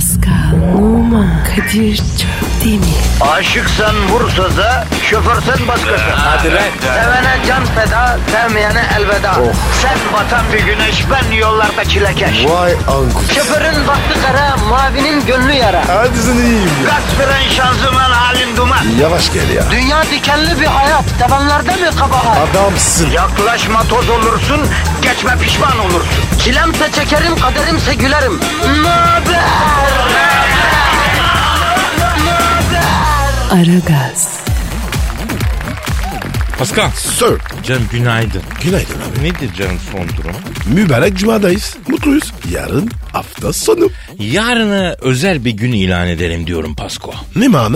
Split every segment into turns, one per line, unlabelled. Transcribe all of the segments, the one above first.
Pascal, Oman, Kadir çok değil mi?
Aşıksan vursa da, şoförsen başkasın.
Hadi lan.
Sevene can feda, sevmeyene elveda. Sen batan bir güneş, ben yollarda çilekeş.
Vay anku.
Şoförün baktı kara, mavinin gönlü yara.
Hadi sen iyiyim ya.
Kasperen şanzıman halin duman.
Yavaş gel ya.
Dünya dikenli bir hayat, sevenlerde mi kabahar?
Adamsın.
Yaklaşma toz olursun, geçme pişman olursun. Çilemse çekerim, kaderimse gülerim. Möber!
Aragaz,
Pascal.
Sir.
Canım günaydın.
Günaydın abi.
Nedir canım son durum?
Mübarek cumadayız. Mutluyuz. Yarın hafta sonu.
Yarını özel bir gün ilan edelim diyorum Pasko.
Ne mana?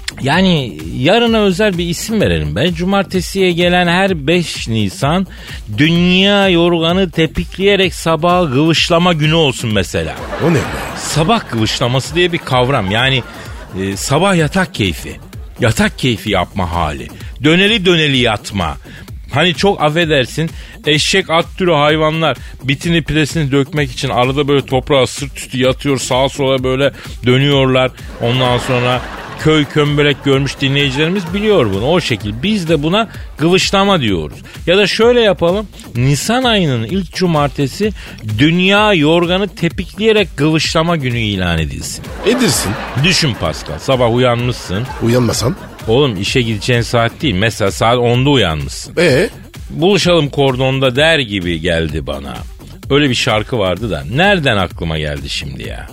Yani yarına özel bir isim verelim be. Cumartesiye gelen her 5 Nisan dünya yorganı tepikleyerek sabah gıvışlama günü olsun mesela.
O ne be?
Sabah gıvışlaması diye bir kavram. Yani sabah yatak keyfi. Yatak keyfi yapma hali. Döneli döneli yatma. Hani çok affedersin eşek at türü hayvanlar bitini piresini dökmek için arada böyle toprağa sırt üstü yatıyor, sağa sola böyle dönüyorlar. Ondan sonra köy kömbelek görmüş dinleyicilerimiz biliyor bunu. O şekil biz de buna gıvışlama diyoruz. Ya da şöyle yapalım. Nisan ayının ilk cumartesi dünya yorganı tepikleyerek gıvışlama günü ilan edilsin.
Edirsin.
Düşün Pascal, sabah uyanmışsın.
Uyanmasan.
Oğlum işe gideceğin saat değil. Mesela saat 10'da uyanmışsın. Buluşalım kordonda der gibi geldi bana. Öyle bir şarkı vardı da nereden aklıma geldi şimdi ya?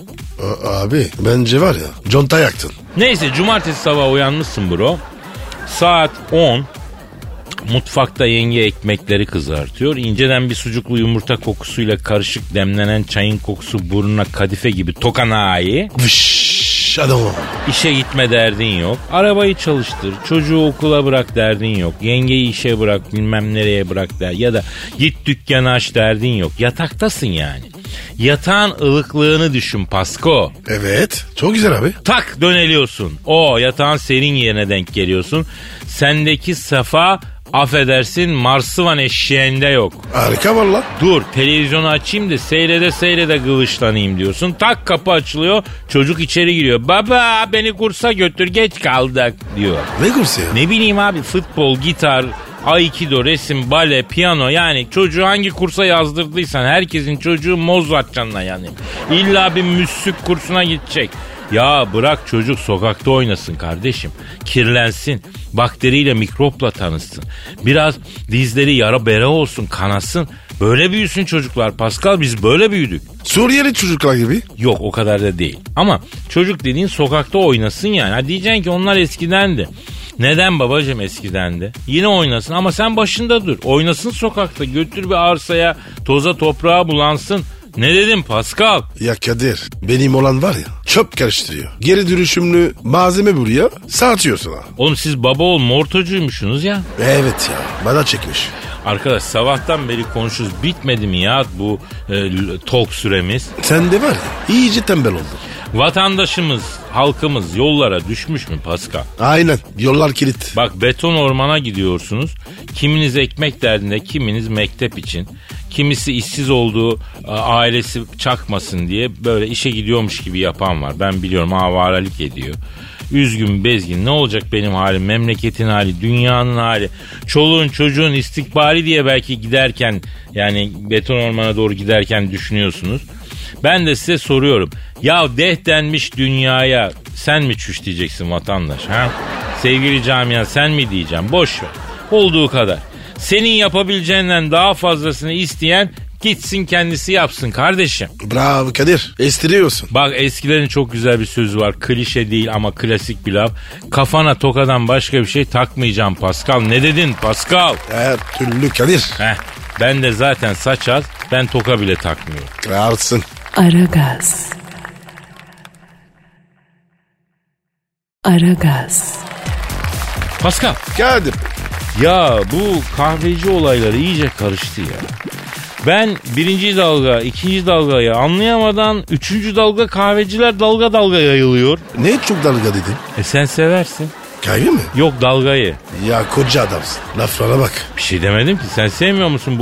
Abi bence var ya conta yaktın.
Neyse cumartesi sabah uyanmışsın bro. Saat 10. Mutfakta yenge ekmekleri kızartıyor. İnceden bir sucuklu yumurta kokusuyla karışık demlenen çayın kokusu burnuna kadife gibi tokanayı.
Vış adamım.
İşe gitme derdin yok. Arabayı çalıştır. Çocuğu okula bırak derdin yok. Yengeyi işe bırak bilmem nereye bırak der. Ya da git dükkanı aç derdin yok. Yataktasın yani. Yatağın ılıklığını düşün Pasko.
Evet çok güzel abi.
Tak döneliyorsun. O yatağın serin yerine denk geliyorsun. Sendeki safa affedersin Marsıvan eşeğinde yok.
Harika valla.
Dur televizyonu açayım da seyrede gıvışlanayım diyorsun. Tak kapı açılıyor, çocuk içeri giriyor. Baba beni kursa götür geç kaldık diyor.
Ne kursu ya?
Ne bileyim abi, futbol, gitar, aikido, resim, bale, piyano, yani çocuğu hangi kursa yazdırdıysan herkesin çocuğu Mozart canına yani. İlla bir müzik kursuna gidecek. Ya bırak çocuk sokakta oynasın kardeşim. Kirlensin. Bakteriyle mikropla tanışsın. Biraz dizleri yara bere olsun, kanasın. Böyle büyüsün çocuklar Pascal, biz böyle büyüdük.
Suriyeli çocuklar gibi.
Yok o kadar da değil. Ama çocuk dediğin sokakta oynasın yani. Ha diyeceksin ki onlar eskidendi. Neden babacığım eskidendi? Yine oynasın ama sen başında dur. Oynasın sokakta, götür bir arsaya, toza toprağa bulansın. Ne dedim Pascal?
Ya Kadir benim olan var ya çöp karıştırıyor. Geri dönüşümlü malzeme buraya satıyorsun ha.
Oğlum siz baba oğul mortocuymuşsunuz ya.
Evet ya bana çekmiş.
Arkadaş sabahtan beri konuşuyoruz, bitmedi mi ya bu talk süremiz?
Sen de var ya iyice tembel oldun.
Vatandaşımız, halkımız yollara düşmüş mü Pascal?
Aynen yollar kilit.
Bak beton ormana gidiyorsunuz. Kiminiz ekmek derdinde, kiminiz mektep için. Kimisi işsiz olduğu ailesi çakmasın diye böyle işe gidiyormuş gibi yapan var. Ben biliyorum, avarelik ediyor. Üzgün, bezgin, ne olacak benim halim, memleketin hali, dünyanın hali, çoluğun çocuğun istikbali diye belki giderken, yani beton ormana doğru giderken düşünüyorsunuz. Ben de size soruyorum. Ya deh denmiş dünyaya sen mi çüş diyeceksin vatandaş? Ha? Sevgili camia sen mi diyeceğim? Boş ver. Olduğu kadar. Senin yapabileceğinden daha fazlasını isteyen gitsin kendisi yapsın kardeşim.
Bravo Kadir. Estiriyorsun.
Bak eskilerin çok güzel bir sözü var. Klişe değil ama klasik bir laf. Kafana tokadan başka bir şey takmayacağım Pascal. Ne dedin Pascal?
Her türlü Kadir.
Ben de zaten saç az. Ben toka bile takmıyorum.
Rahatsın.
Aragaz. Aragaz.
Pascal.
Kadir.
Ya bu kahveci olayları iyice karıştı ya. Ben birinci dalga, ikinci dalgayı anlayamadan üçüncü dalga kahveciler dalga dalga yayılıyor.
Ne çok dalga dedin?
Sen seversin.
Kahve mi?
Yok dalgayı.
Ya koca adamsın. Laflara bak.
Bir şey demedim ki, sen sevmiyor musun bu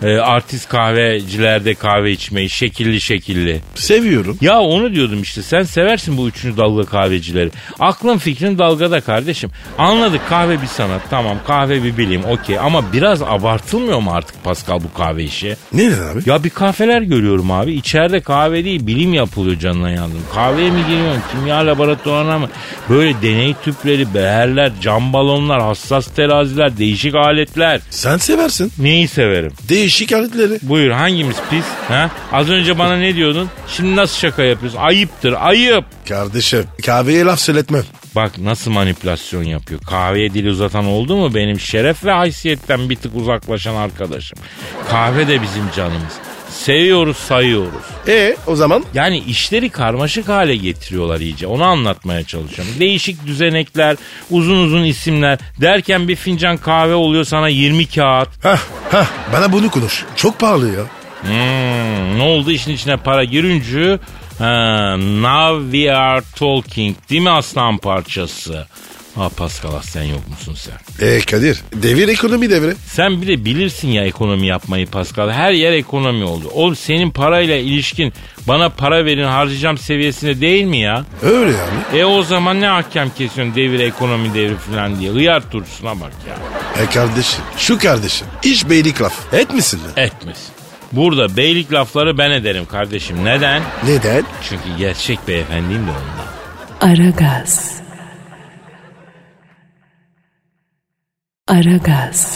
artist kahvecilerde kahve içmeyi şekilli şekilli.
Seviyorum.
Ya onu diyordum işte, sen seversin bu 3. dalga kahvecileri. Aklın fikrin dalgada kardeşim. Anladık, kahve bir sanat, tamam, kahve bir bilim, okey, ama biraz abartılmıyor mu artık Pascal bu kahve işi?
Neden abi?
Ya bir kafeler görüyorum abi, içeride kahve değil bilim yapılıyor, canına yandım. Kahveye mi giriyorsun, kimya laboratuvarına mı? Böyle deney tüpleri, beherler, cam balonlar, hassas teraziler, değişik aletler.
Sen seversin.
Neyi severim?
Değişik aletleri.
Buyur, hangimiz pis? Ha? Az önce bana ne diyordun? Şimdi nasıl şaka yapıyorsun? Ayıptır, ayıp.
Kardeşim kahveye laf söyletmem.
Bak nasıl manipülasyon yapıyor. Kahveye dil uzatan oldu mu benim şeref ve haysiyetten bir tık uzaklaşan arkadaşım. Kahve de bizim canımız. Seviyoruz, sayıyoruz.
O zaman?
Yani işleri karmaşık hale getiriyorlar iyice. Onu anlatmaya çalışıyorum. Değişik düzenekler, uzun uzun isimler derken bir fincan kahve oluyor sana 20 kağıt.
Bana bunu konuş. Çok pahalı ya.
Ne oldu işin içine para girince? Now we are talking, değil mi aslan parçası? Pascal, sen yok musun sen?
Kadir, devir ekonomi devri.
Sen bir de bilirsin ya ekonomi yapmayı Pascal. Her yer ekonomi oldu. Oğlum senin parayla ilişkin bana para verin harcayacağım seviyesinde değil mi ya?
Öyle yani.
O zaman ne ahkam kesiyorsun devir ekonomi devri falan diye. Hıyar turşusuna bak ya.
Kardeşim, şu kardeşim. Hiç beylik laf etmesinler.
Etmesin. Burada beylik lafları ben ederim kardeşim. Neden?
Neden?
Çünkü gerçek beyefendiyim de ondan.
Aragaz. Aragaz.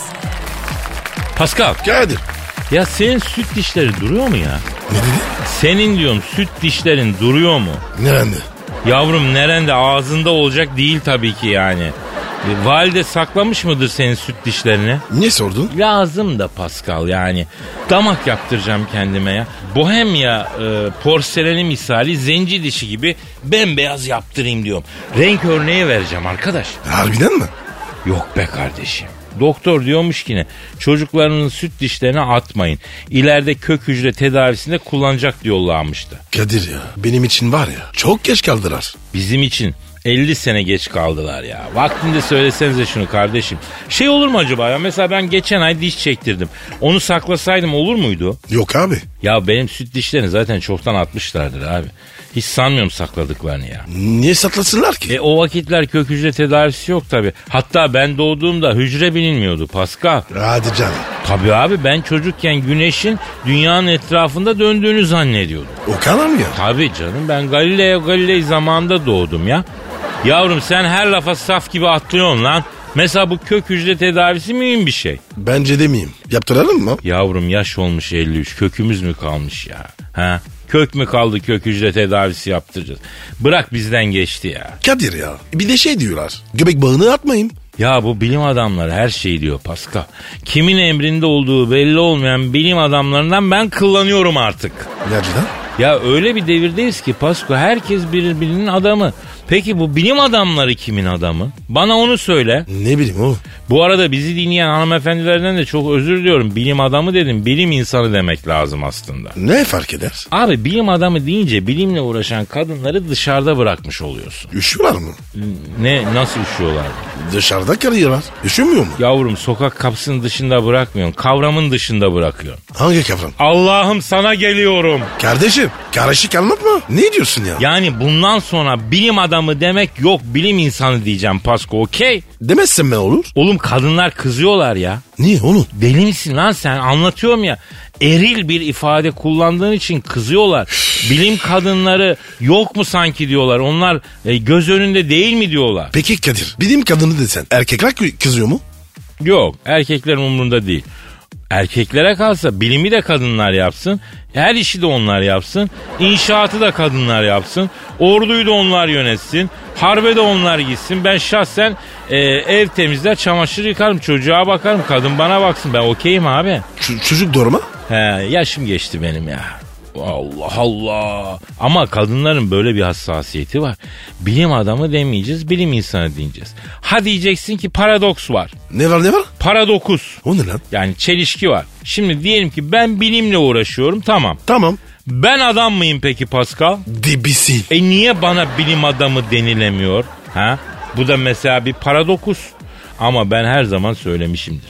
Pascal.
Kadir.
Ya senin süt dişleri duruyor mu ya?
Ne dedi?
Senin diyorum süt dişlerin duruyor mu?
Nerede?
Yavrum nerende, ağzında olacak değil tabii ki yani. Valide saklamış mıdır senin süt dişlerini?
Niye sordun?
Lazım da Pascal yani. Damak yaptıracağım kendime ya. Bohemya porseleni misali zenci dişi gibi bembeyaz yaptırayım diyorum. Renk örneği vereceğim arkadaş.
Harbiden mi?
Yok be kardeşim. Doktor diyormuş ki ne? Çocuklarının süt dişlerini atmayın. İleride kök hücre tedavisinde kullanacak diyorlarmıştı.
Kadir ya, benim için var ya, çok geç kaldılar.
Bizim için 50 sene geç kaldılar ya. Vaktinde söylesenize şunu kardeşim. Şey olur mu acaba ya? Mesela ben geçen ay diş çektirdim. Onu saklasaydım olur muydu?
Yok abi.
Ya benim süt dişlerini zaten çoktan atmışlardır abi. Hiç sanmıyorum sakladıklarını ya.
Niye saklasınlar ki?
O vakitler kök hücre tedavisi yok tabii. Hatta ben doğduğumda hücre bilinmiyordu Pascal.
Hadi canım.
Tabii abi, ben çocukken güneşin dünyanın etrafında döndüğünü zannediyordum.
O kadar mı ya?
Tabii canım, ben Galileo Galilei zamanında doğdum ya. Yavrum sen her lafa saf gibi atlıyorsun lan. Mesela bu kök hücre tedavisi mühim bir şey.
Bence demeyeyim. Yaptıralım mı?
Yavrum yaş olmuş 53, kökümüz mü kalmış ya? Ha? Kök mü kaldı, kök hücre tedavisi yaptıracağız. Bırak bizden geçti ya.
Kadir ya, bir de şey diyorlar. Göbek bağını atmayın.
Ya bu bilim adamları her şeyi diyor Pascal. Kimin emrinde olduğu belli olmayan bilim adamlarından ben kullanıyorum artık.
Ne açıdan?
Ya öyle bir devirdeyiz ki Pascal, herkes birbirinin adamı. Peki bu bilim adamları kimin adamı? Bana onu söyle.
Ne bileyim oğlum.
Bu arada bizi dinleyen hanımefendilerden de çok özür diliyorum. Bilim adamı dedim, bilim insanı demek lazım aslında.
Ne fark eder?
Abi bilim adamı deyince bilimle uğraşan kadınları dışarıda bırakmış oluyorsun.
Üşüyorlar mı?
Ne, nasıl üşüyorlar?
Dışarıda kalıyorlar. Üşümüyor mu?
Yavrum sokak kapısının dışında bırakmıyorsun. Kavramın dışında bırakıyorsun.
Hangi kavram?
Allah'ım sana geliyorum.
Kardeşim karışık anlatma. Ne diyorsun ya?
Yani bundan sonra bilim adamı demek yok, bilim insanı diyeceğim Pasko, okey?
Demezsen ne olur?
Oğlum kadınlar kızıyorlar ya.
Niye oğlum?
Deli misin lan sen? Anlatıyorum ya. Eril bir ifade kullandığın için kızıyorlar. Bilim kadınları yok mu sanki diyorlar. Onlar göz önünde değil mi diyorlar.
Peki Kadir, bilim kadını desen erkekler kızıyor mu?
Yok, erkeklerin umurunda değil. Erkeklere kalsa bilimi de kadınlar yapsın. Her işi de onlar yapsın. İnşaatı da kadınlar yapsın. Orduyu da onlar yönetsin. Harbe de onlar gitsin. Ben şahsen ev temizler, çamaşır yıkarım, çocuğa bakarım. Kadın bana baksın. Ben okeyim abi.
Çocuk doğurma?
Yaşım geçti benim ya. Allah Allah. Ama kadınların böyle bir hassasiyeti var. Bilim adamı demeyeceğiz, bilim insanı diyeceğiz. Ha diyeceksin ki paradoks var.
Ne var?
Paradokus.
O ne lan?
Yani çelişki var. Şimdi diyelim ki ben bilimle uğraşıyorum, tamam.
Tamam.
Ben adam mıyım peki Pascal?
Dibisin.
Niye bana bilim adamı denilemiyor? Ha? Bu da mesela bir paradokus. Ama ben her zaman söylemişimdir.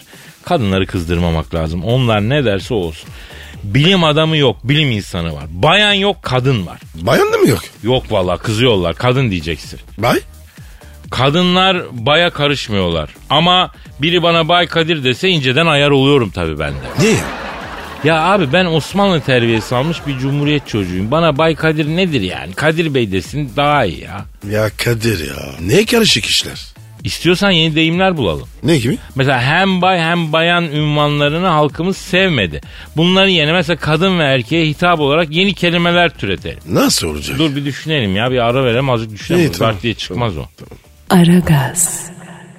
Kadınları kızdırmamak lazım. Onlar ne derse olsun. Bilim adamı yok, bilim insanı var. Bayan yok, kadın var.
Bayan da mı yok?
Yok vallahi kızıyorlar, kadın diyeceksin.
Bay?
Kadınlar baya karışmıyorlar. Ama biri bana Bay Kadir dese inceden ayar oluyorum tabii ben de.
Niye?
Ya abi ben Osmanlı terbiyesi almış bir cumhuriyet çocuğuyum. Bana Bay Kadir nedir yani? Kadir Bey desin daha iyi ya.
Ya Kadir ya. Ne karışık işler?
İstiyorsan yeni deyimler bulalım.
Ne gibi?
Mesela hem bay hem bayan ünvanlarını halkımız sevmedi. Bunların yerine mesela kadın ve erkeğe hitap olarak yeni kelimeler türetelim.
Nasıl olacak?
Dur bir düşünelim ya, bir ara verelim azıcık düşünelim.
İyi, tamam.
Bak diye çıkmaz
tamam,
o.
Tamam.
Aragaz.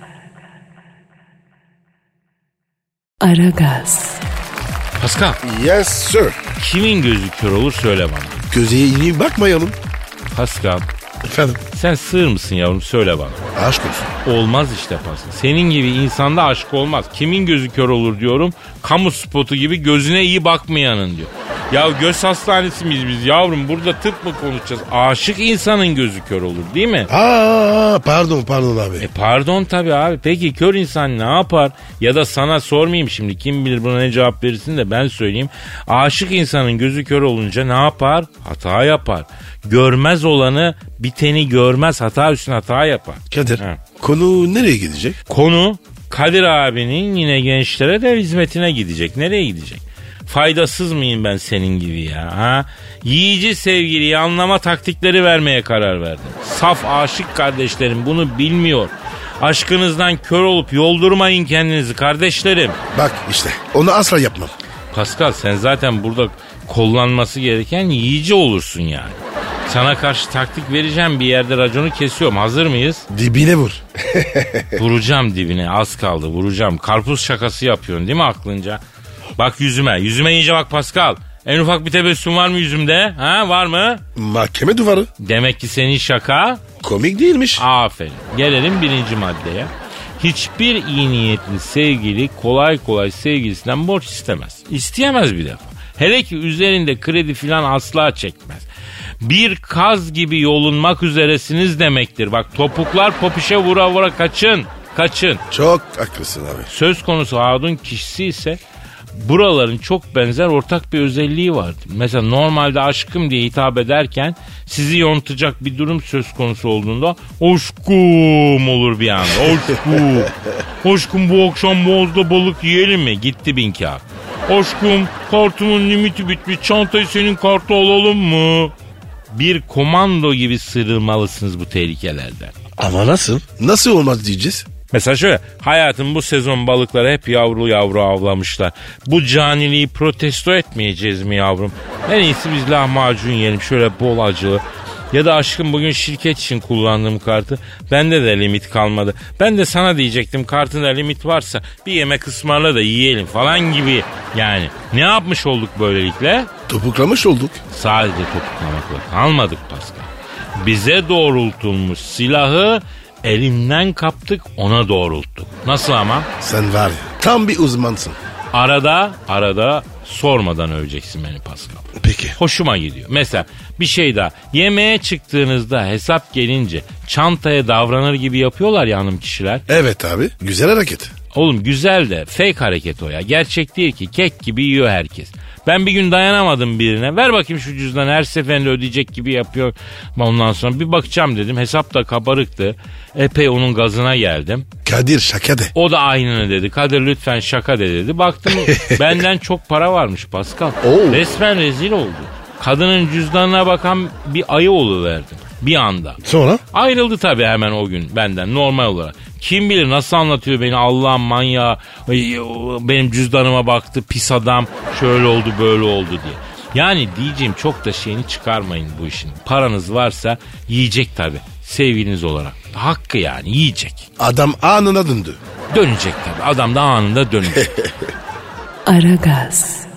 Aragaz.
Pascal,
Yes sir.
kimin gözü kör olur söyle bana.
Gözeye ineyim bakmayalım.
Pascal,
Efendim?
sen sığır mısın yavrum söyle bana.
Aşk olsun.
Olmaz işte Pascal. Senin gibi insanda aşk olmaz. Kimin gözü kör olur diyorum. Kamu spotu gibi gözüne iyi bakmayanın diyor. Ya göz hastanesi miyiz biz yavrum? Burada tıp mı konuşacağız? Aşık insanın gözü kör olur değil mi?
Pardon abi.
Pardon tabii abi. Peki kör insan ne yapar? Ya da sana sormayayım şimdi. Kim bilir buna ne cevap verirsin de ben söyleyeyim. Aşık insanın gözü kör olunca ne yapar? Hata yapar. Görmez olanı biteni görmez. Hata üstüne hata yapar.
Kadir,
Ha.
konu nereye gidecek?
Konu Kadir abinin yine gençlere de hizmetine gidecek. Nereye gidecek? Faydasız mıyım ben senin gibi ya? Ha? Yiyici sevgiliyi anlama taktikleri vermeye karar verdim. Saf aşık kardeşlerim bunu bilmiyor. Aşkınızdan kör olup yoldurmayın kendinizi kardeşlerim.
Bak işte onu asla yapmam.
Pascal sen zaten burada kullanması gereken yiyici olursun yani. Sana karşı taktik vereceğim, bir yerde raconu kesiyorum. Hazır mıyız?
Dibine vur.
Vuracağım dibine, az kaldı vuracağım. Karpuz şakası yapıyorsun değil mi aklınca? Bak yüzüme. Yüzüme iyice bak Pascal. En ufak bir tebessüm var mı yüzümde? Ha, var mı?
Mahkeme duvarı.
Demek ki senin şaka
Komik değilmiş.
aferin. Gelelim birinci maddeye. Hiçbir iyi niyetli sevgili kolay kolay sevgilisinden borç istemez. İsteyemez bir defa. Hele ki üzerinde kredi filan asla çekmez. Bir kaz gibi yolunmak üzeresiniz demektir. Bak topuklar popişe vura vura kaçın. Kaçın.
Çok haklısın abi.
Söz konusu Harun kişisi ise buraların çok benzer ortak bir özelliği vardır. Mesela normalde aşkım diye hitap ederken sizi yontacak bir durum söz konusu olduğunda aşkım olur bir anda. Aşkım. Aşkım bu akşam Boğaz'da balık yiyelim mi? Gitti bin kağıt. Aşkım kartımın limiti bitmiş, çantayı senin kartı alalım mı? Bir komando gibi sıyrılmalısınız bu tehlikelerden.
Ama nasıl? Nasıl olmaz diyeceğiz?
Mesela şöyle, hayatım bu sezon balıkları hep yavru yavru avlamışlar. Bu caniliği protesto etmeyeceğiz mi yavrum? En iyisi biz lahmacun yiyelim şöyle bol acılı. Ya da aşkım bugün şirket için kullandığım kartı, bende de limit kalmadı. Ben de sana diyecektim, kartında limit varsa bir yemek ısmarla da yiyelim falan gibi. Yani ne yapmış olduk böylelikle?
Topuklamış olduk.
Sadece topuklamakla kalmadık Pascal. Bize doğrultulmuş silahı elimden kaptık, ona doğrulttuk. Nasıl ama?
Sen var ya tam bir uzmansın.
Arada sormadan öveceksin beni Pascal.
Peki.
Hoşuma gidiyor. Mesela bir şey daha. Yemeğe çıktığınızda hesap gelince çantaya davranır gibi yapıyorlar ya hanım kişiler.
Evet abi, güzel hareket.
Oğlum güzel de fake hareket o ya. Gerçek değil ki, kek gibi yiyor herkes. Ben bir gün dayanamadım birine. Ver bakayım şu cüzdanı, her seferinde ödeyecek gibi yapıyor. Ondan sonra bir bakacağım dedim. Hesap da kabarıktı. Epey onun gazına geldim.
Kadir şaka de.
O da aynını dedi. Kadir lütfen şaka de dedi. Baktım benden çok para varmış Pascal.
Oo.
Resmen rezil oldu. Kadının cüzdanına bakan bir ayı oluverdim. Bir anda.
Sonra?
Ayrıldı tabii hemen o gün benden normal olarak. Kim bilir nasıl anlatıyor beni, Allah'ım manyağı, benim cüzdanıma baktı pis adam, şöyle oldu böyle oldu diye. Yani diyeceğim çok da şeyini çıkarmayın bu işin. Paranız varsa yiyecek tabii sevgiliniz olarak. Hakkı yani yiyecek.
Adam anına döndü.
Dönecek tabii, adam da anında dönecek.
Aragaz.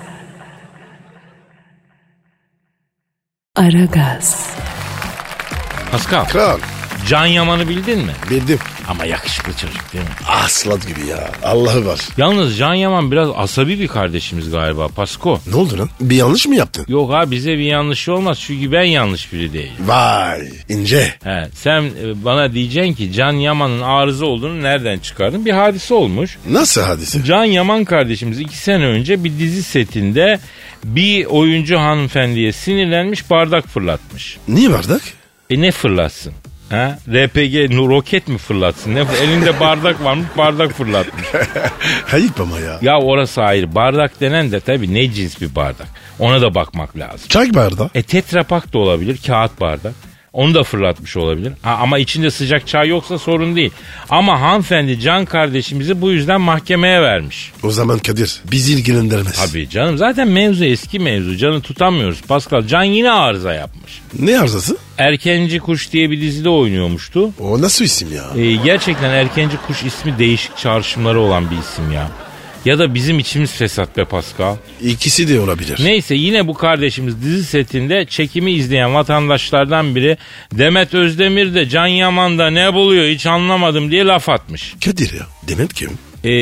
Aragaz.
Pascal,
Kral.
Can Yaman'ı bildin mi?
Bildim.
Ama yakışıklı çocuk değil mi?
Aslan gibi ya. Allah'ı var.
Yalnız Can Yaman biraz asabi bir kardeşimiz galiba Pasko.
Ne oldu lan? Bir yanlış mı yaptın?
Yok abi bize bir yanlışı olmaz çünkü ben yanlış biri değilim.
Vay ince.
He, sen bana diyeceksin ki Can Yaman'ın arıza olduğunu nereden çıkardın? Bir hadise olmuş.
Nasıl hadise?
Can Yaman kardeşimiz 2 sene önce bir dizi setinde bir oyuncu hanımefendiye sinirlenmiş bardak fırlatmış.
Niye bardak?
Ne fırlatsın? Ha? RPG roket mi fırlatsın? Ne, elinde bardak varmış bardak fırlatmış.
Ayıp ama ya.
Ya orası ayrı. Bardak denen de tabii ne cins bir bardak. Ona da bakmak lazım.
Çay bardağı.
Tetrapak da olabilir. Kağıt bardak. Onu da fırlatmış olabilir. Ama içinde sıcak çay yoksa sorun değil. Ama hanımefendi Can kardeşimizi bu yüzden mahkemeye vermiş.
O zaman Kadir bizi ilgilendirmez.
Tabii canım zaten mevzu eski mevzu. Can'ı tutamıyoruz Pascal. Can yine arıza yapmış.
Ne arızası?
Erkenci Kuş diye bir dizide oynuyormuştu.
O nasıl isim ya?
Gerçekten Erkenci Kuş ismi değişik çağrışımları olan bir isim ya. Ya da bizim içimiz fesat be Pascal.
İkisi de olabilir.
Neyse yine bu kardeşimiz dizi setinde çekimi izleyen vatandaşlardan biri Demet Özdemir de Can Yaman'da ne buluyor hiç anlamadım diye laf atmış.
Kadir ya. Demet kim?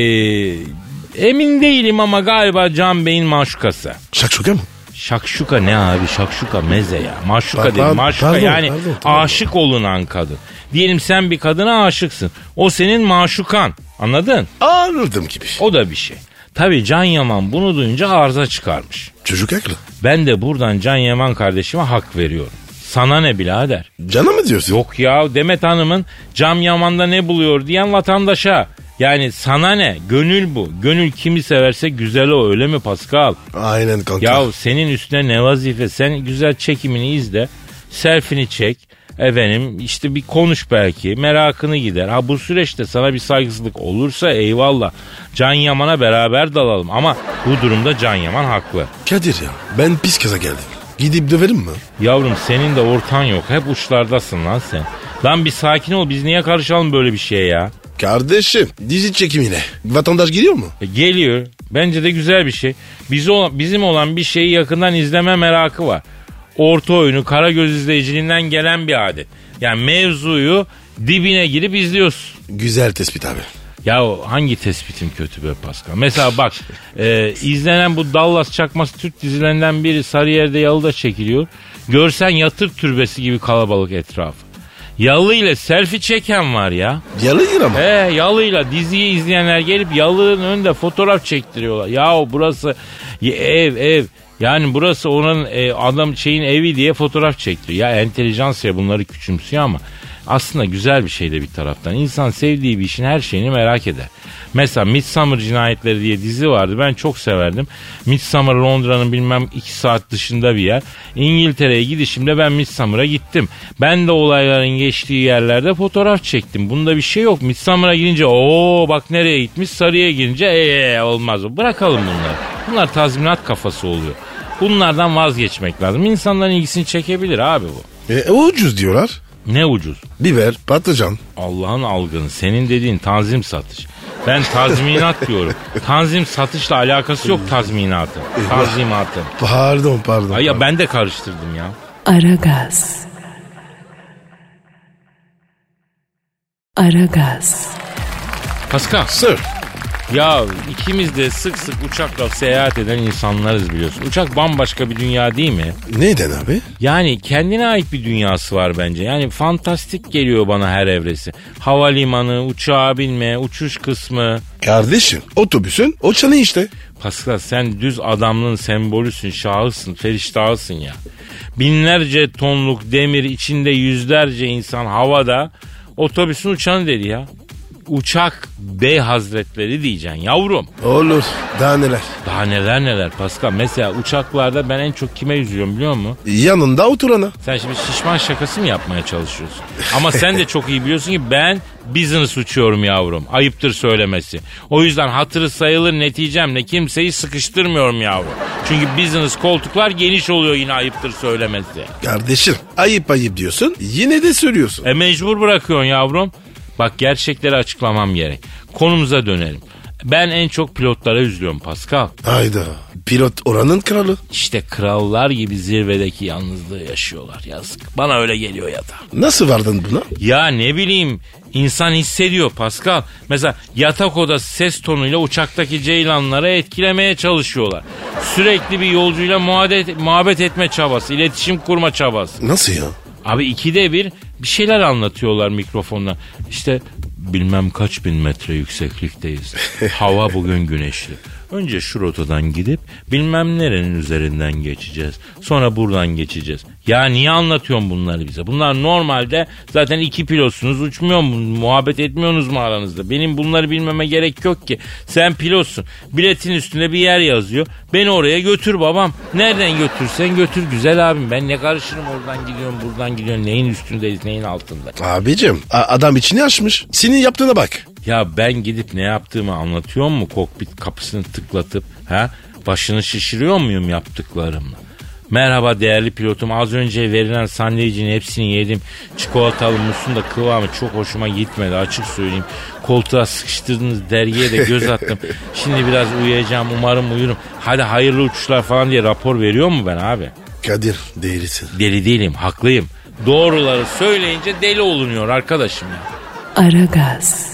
Emin değilim ama galiba Can Bey'in maşukası.
Şakşuka mı?
Şakşuka ne abi? Şakşuka meze ya. Maşuka değil. Maşuka
pardon,
yani
pardon.
aşık olunan kadın. Diyelim sen bir kadına aşıksın. O senin maşukan. Anladın?
Anladım gibi.
O da bir şey. Tabii Can Yaman bunu duyunca arıza çıkarmış.
Çocuk haklı.
Ben de buradan Can Yaman kardeşime hak veriyorum. Sana ne birader?
Canı mı diyorsun?
Yok ya Demet Hanım'ın Can Yaman'da ne buluyor diyen vatandaşa. Yani sana ne? Gönül bu. Gönül kimi severse güzel o öyle mi Pascal?
Aynen kanka.
Ya senin üstüne ne vazife? Sen güzel çekimini izle. Selfie'ni çek. Efendim işte bir konuş belki. Merakını gider. Ha bu süreçte sana bir saygısızlık olursa eyvallah. Can Yaman'a beraber dalalım. Ama bu durumda Can Yaman haklı.
Kadir ya ben pis kaza geldim. Gidip döverim mi?
Yavrum senin de ortan yok. Hep uçlardasın lan sen. Lan bir sakin ol. Biz niye karışalım böyle bir şeye ya?
Kardeşim dizi çekimine vatandaş geliyor mu?
Geliyor. Bence de güzel bir şey. Bizim olan bir şeyi yakından izleme merakı var. Orta oyunu Karagöz izleyiciliğinden gelen bir adet. Yani mevzuyu dibine girip izliyorsun.
Güzel tespit abi.
Ya hangi tespitim kötü be Pascal? Mesela bak izlenen bu Dallas çakması Türk dizilerinden biri Sarıyer'de Yalı'da çekiliyor. Görsen yatır türbesi gibi kalabalık etrafı. Yalı ile selfie çeken var ya.
Yalı ama.
Yalıyla diziyi izleyenler gelip Yalı'nın önünde fotoğraf çektiriyorlar. Yahu burası ev. Yani burası onun adam şeyin evi diye fotoğraf çektiriyor. Ya entelijansiya bunları küçümsüyor ama aslında güzel bir şey de bir taraftan. İnsan sevdiği bir işin her şeyini merak eder. Mesela Midsommar Cinayetleri diye dizi vardı. Ben çok severdim. Midsommar Londra'nın bilmem 2 saat dışında bir yer. İngiltere'ye gidişimde ben Midsommar'a gittim. Ben de olayların geçtiği yerlerde fotoğraf çektim. Bunda bir şey yok. Midsommar'a girince bak nereye gitmiş. Sarıya girince olmaz. Bırakalım bunları. Bunlar tazminat kafası oluyor. Bunlardan vazgeçmek lazım. İnsanların ilgisini çekebilir abi bu.
Ucuz diyorlar.
Ne ucuz?
Biber, patlıcan.
Allah'ın algını. Senin dediğin tanzim satış. Ben tazminat diyorum. Tanzim satışla alakası yok tazminatın. Tanzimatın.
Pardon.
Ay ya ben de karıştırdım ya.
Aragaz.
Pascal.
Sir.
Ya ikimiz de sık sık uçakla seyahat eden insanlarız biliyorsun. Uçak bambaşka bir dünya değil mi?
Neden abi?
Yani kendine ait bir dünyası var bence. Yani fantastik geliyor bana her evresi. Havalimanı, uçağa binme, uçuş kısmı.
Kardeşim otobüsün o çanı işte.
Pascal sen düz adamlığın sembolüsün, şahısın, feriştahısın ya. Binlerce tonluk demir içinde yüzlerce insan havada otobüsün uçanı dedi ya. Uçak bey hazretleri diyeceksin yavrum.
Olur. Daha neler?
Daha neler Pascal. Mesela uçaklarda ben en çok kime üzülüyorum biliyor musun?
Yanında oturana.
Sen şimdi şişman şakası mı yapmaya çalışıyorsun? Ama sen de çok iyi biliyorsun ki ben business uçuyorum yavrum. Ayıptır söylemesi. O yüzden hatırı sayılır neticemle kimseyi sıkıştırmıyorum yavrum. Çünkü business koltuklar geniş oluyor yine ayıptır söylemesi.
Kardeşim ayıp diyorsun yine de söylüyorsun.
Mecbur bırakıyorsun yavrum. Bak gerçekleri açıklamam gerek. Konumuza dönelim. Ben en çok pilotlara üzülüyorum Pascal.
Hayda. Pilot oranın kralı.
İşte krallar gibi zirvedeki yalnızlığı yaşıyorlar, yazık. Bana öyle geliyor ya da.
Nasıl vardın buna?
Ya ne bileyim, insan hissediyor Pascal. Mesela yatak odası ses tonuyla uçaktaki ceylanları etkilemeye çalışıyorlar. Sürekli bir yolcuyla muhabbet etme çabası, iletişim kurma çabası.
Nasıl ya?
Abi ikide bir şeyler anlatıyorlar mikrofondan. İşte bilmem kaç bin metre yükseklikteyiz. Hava bugün güneşli. Önce şu rotadan gidip bilmem nerenin üzerinden geçeceğiz. Sonra buradan geçeceğiz. Ya niye anlatıyorsun bunları bize? Bunlar normalde zaten iki pilotsunuz, uçmuyor mu? Muhabbet etmiyorsunuz mu aranızda? Benim bunları bilmeme gerek yok ki. Sen pilotsun. Biletin üstünde bir yer yazıyor. Beni oraya götür babam. Nereden götürsen götür güzel abim. Ben ne karışırım, oradan gidiyorum buradan gidiyorum. Neyin üstündeyiz neyin altında.
Abicim adam içini açmış. Senin yaptığına bak.
Ya ben gidip ne yaptığımı anlatıyor mu kokpit kapısını tıklatıp? Ha? Başını şişiriyor muyum yaptıklarımla? Merhaba değerli pilotum, az önce verilen sandviçin hepsini yedim. Çikolatalı musun da kıvamı çok hoşuma gitmedi, açık söyleyeyim. Koltuğa sıkıştırdığınız dergiye de göz attım. Şimdi biraz uyuyacağım, umarım uyurum. Hadi hayırlı uçuşlar falan diye rapor veriyor mu ben abi?
Kadir delisin.
Deli değilim, haklıyım. Doğruları söyleyince deli olunuyor arkadaşım ya.
Aragaz.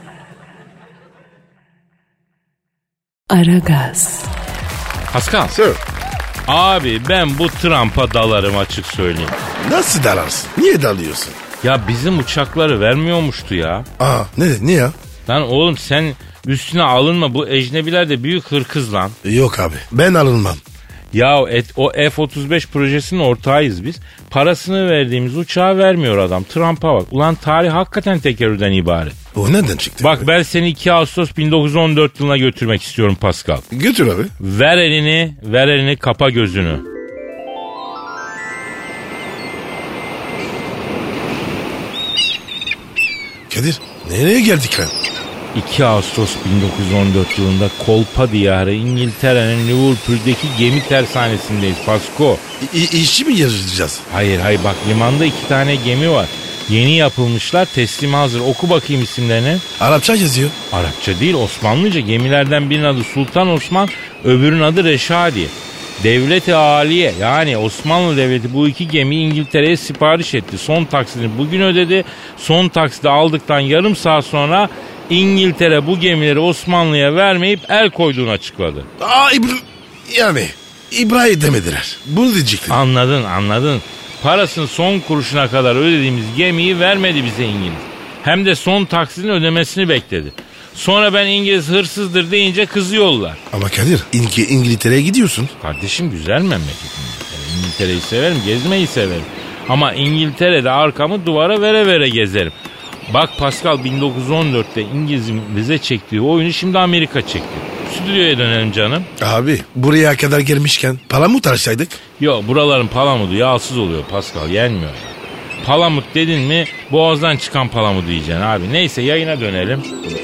Aragaz.
Pascal.
Sir.
Abi ben bu Trump'a dalarım, açık söyleyeyim.
Nasıl dalarsın? Niye dalıyorsun?
Ya bizim uçakları vermiyormuştu ya.
Ne ya?
Lan oğlum sen üstüne alınma, bu ecnebiler de büyük hırkız lan.
Yok abi ben alınmam.
Ya o F-35 projesinin ortağıyız biz. Parasını verdiğimiz uçağı vermiyor adam. Trump'a bak. Ulan tarih hakikaten tekerrürden ibaret.
O nereden çıktı?
Bak ben seni 2 Ağustos 1914 yılına götürmek istiyorum Pascal.
Götür abi.
Ver elini, kapa gözünü.
Kadir nereye geldik lan?
2 Ağustos 1914 yılında Kolpa diyarı İngiltere'nin Liverpool'deki gemi tersanesindeyiz Pasko.
İşçi mi yazacağız?
Hayır bak, limanda 2 tane gemi var. Yeni yapılmışlar, teslime hazır. Oku bakayım isimlerini.
Arapça yazıyor.
Arapça değil, Osmanlıca. Gemilerden birinin adı Sultan Osman, öbürünün adı Reşadi. Devlet-i Aliye, yani Osmanlı Devleti bu 2 gemiyi İngiltere'ye sipariş etti. Son taksidini bugün ödedi. Son taksidi aldıktan yarım saat sonra İngiltere bu gemileri Osmanlı'ya vermeyip el koyduğunu açıkladı.
İbrahim demediler. Bunu diyecektim.
Anladın. Parasını son kuruşuna kadar ödediğimiz gemiyi vermedi bize İngiliz. Hem de son taksidin ödemesini bekledi. Sonra ben İngiliz hırsızdır deyince kızıyorlar.
Ama Kadir İngiltere'ye gidiyorsun.
Kardeşim güzel memleket İngiltere. İngiltere'yi severim, gezmeyi severim. Ama İngiltere'de arkamı duvara vere gezerim. Bak Pascal, 1914'te İngiliz'in bize çektiği oyunu şimdi Amerika çekti. Stüdyoya dönelim canım.
Abi buraya kadar gelmişken palamut arasaydık.
Yok, buraların palamudu yağsız oluyor Pascal, yenmiyor. Palamut dedin mi boğazdan çıkan palamudu yiyeceksin abi. Neyse yayına dönelim.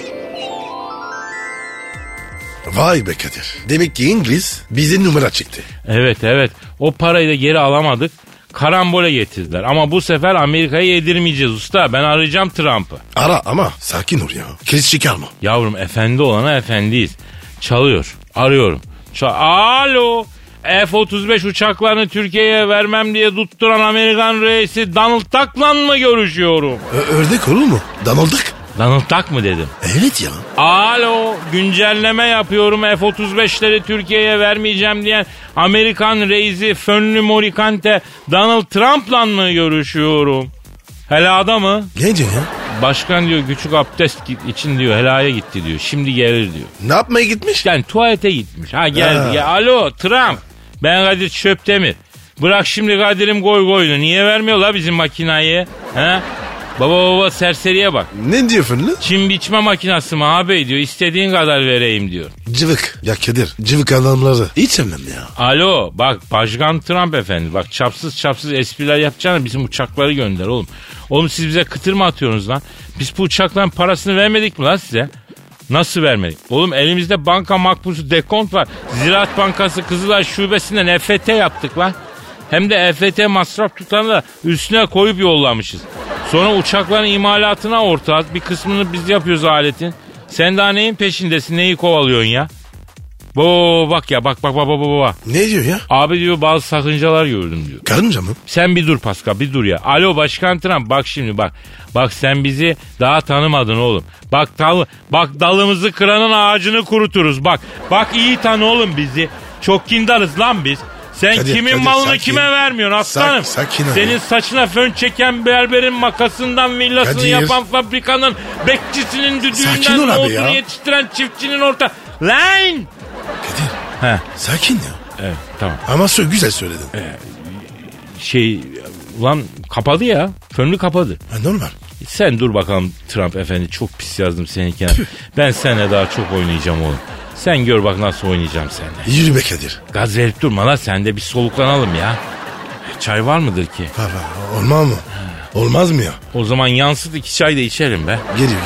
Vay be Kadir. Demek ki İngiliz bize numara çıktı.
Evet. O parayı da geri alamadık. Karambole getirdiler. Ama bu sefer Amerika'yı yedirmeyeceğiz usta. Ben arayacağım Trump'ı.
Ara ama sakin ol ya. Kriz çıkarma.
Yavrum efendi olana efendiyiz. Çalıyor. Arıyorum. Alo. F-35 uçaklarını Türkiye'ye vermem diye tutturan Amerikan reisi Donald Duck'la mı görüşüyorum?
Ördek olur mu? Donald Duck.
Donald Duck mı dedim?
Evet ya.
Alo, güncelleme yapıyorum. F-35'leri Türkiye'ye vermeyeceğim diyen Amerikan reisi Fönlü Morikante Donald Trump'la mı görüşüyorum? Helada mı?
Ne diyor ya?
Başkan diyor küçük abdest için diyor helaya gitti diyor. Şimdi gelir diyor.
Ne yapmaya gitmiş?
Yani tuvalete gitmiş. Ha geldi. Ya, alo Trump. Ben Kadir Çöptemir. Bırak şimdi Kadir'im goyunu. Niye vermiyor la bizim makinayı? He? Baba serseriye bak.
Ne diyor Fınlı?
Çim biçme makinası mı abi diyor. İstediğin kadar vereyim diyor.
Cıvık. Ya Kadir cıvık adamları hiç sevmem ya.
Alo bak Başkan Trump efendi. Bak çapsız espriler yapacağına bizim uçakları gönder oğlum. Oğlum siz bize kıtır mı atıyorsunuz lan? Biz bu uçakların parasını vermedik mi lan size? Nasıl vermedik? Oğlum elimizde banka makbuzu dekont var. Ziraat Bankası Kızılay Şubesi'nden EFT yaptık lan. Hem de EFT masraf tutarını da üstüne koyup yollamışız. Sonra uçakların imalatına ortağız. Bir kısmını biz yapıyoruz aletin. Sen daha neyin peşindesin? Neyi kovalıyorsun ya? Bak ya bak.
Ne diyor ya?
Abi diyor bazı sakıncalar gördüm diyor.
Karınca mı?
Sen bir dur Pascal bir dur ya. Alo Başkan Trump bak şimdi bak. Bak sen bizi daha tanımadın oğlum. Bak dalımızı kıranın ağacını kuruturuz bak. Bak iyi tanı oğlum bizi. Çok kindarız lan biz. Sen kimin malını sakin. Kime vermiyorsun aslanım?
Sakin
senin saçına fön çeken berberin makasından villasını
Kadir.
Yapan fabrikanın bekçisinin düdüğünden nohutunu yetiştiren çiftçinin orta... Lan!
Kadir.
He.
Sakin ya.
Evet tamam.
Ama güzel söyledin.
Ulan kapadı ya. Fönlü kapadı.
Normal.
Sen dur bakalım Trump efendi çok pis yazdım seninkine. Ben seninle daha çok oynayacağım oğlum. Sen gör bak nasıl oynayacağım seninle.
Yürü be Kadir.
Gaz verip durma la sen de bir soluklanalım ya. Çay var mıdır ki?
Var. Olmaz mı? Olmaz mı ya?
O zaman yansıt 2 çay da içelim be.
Geliyor.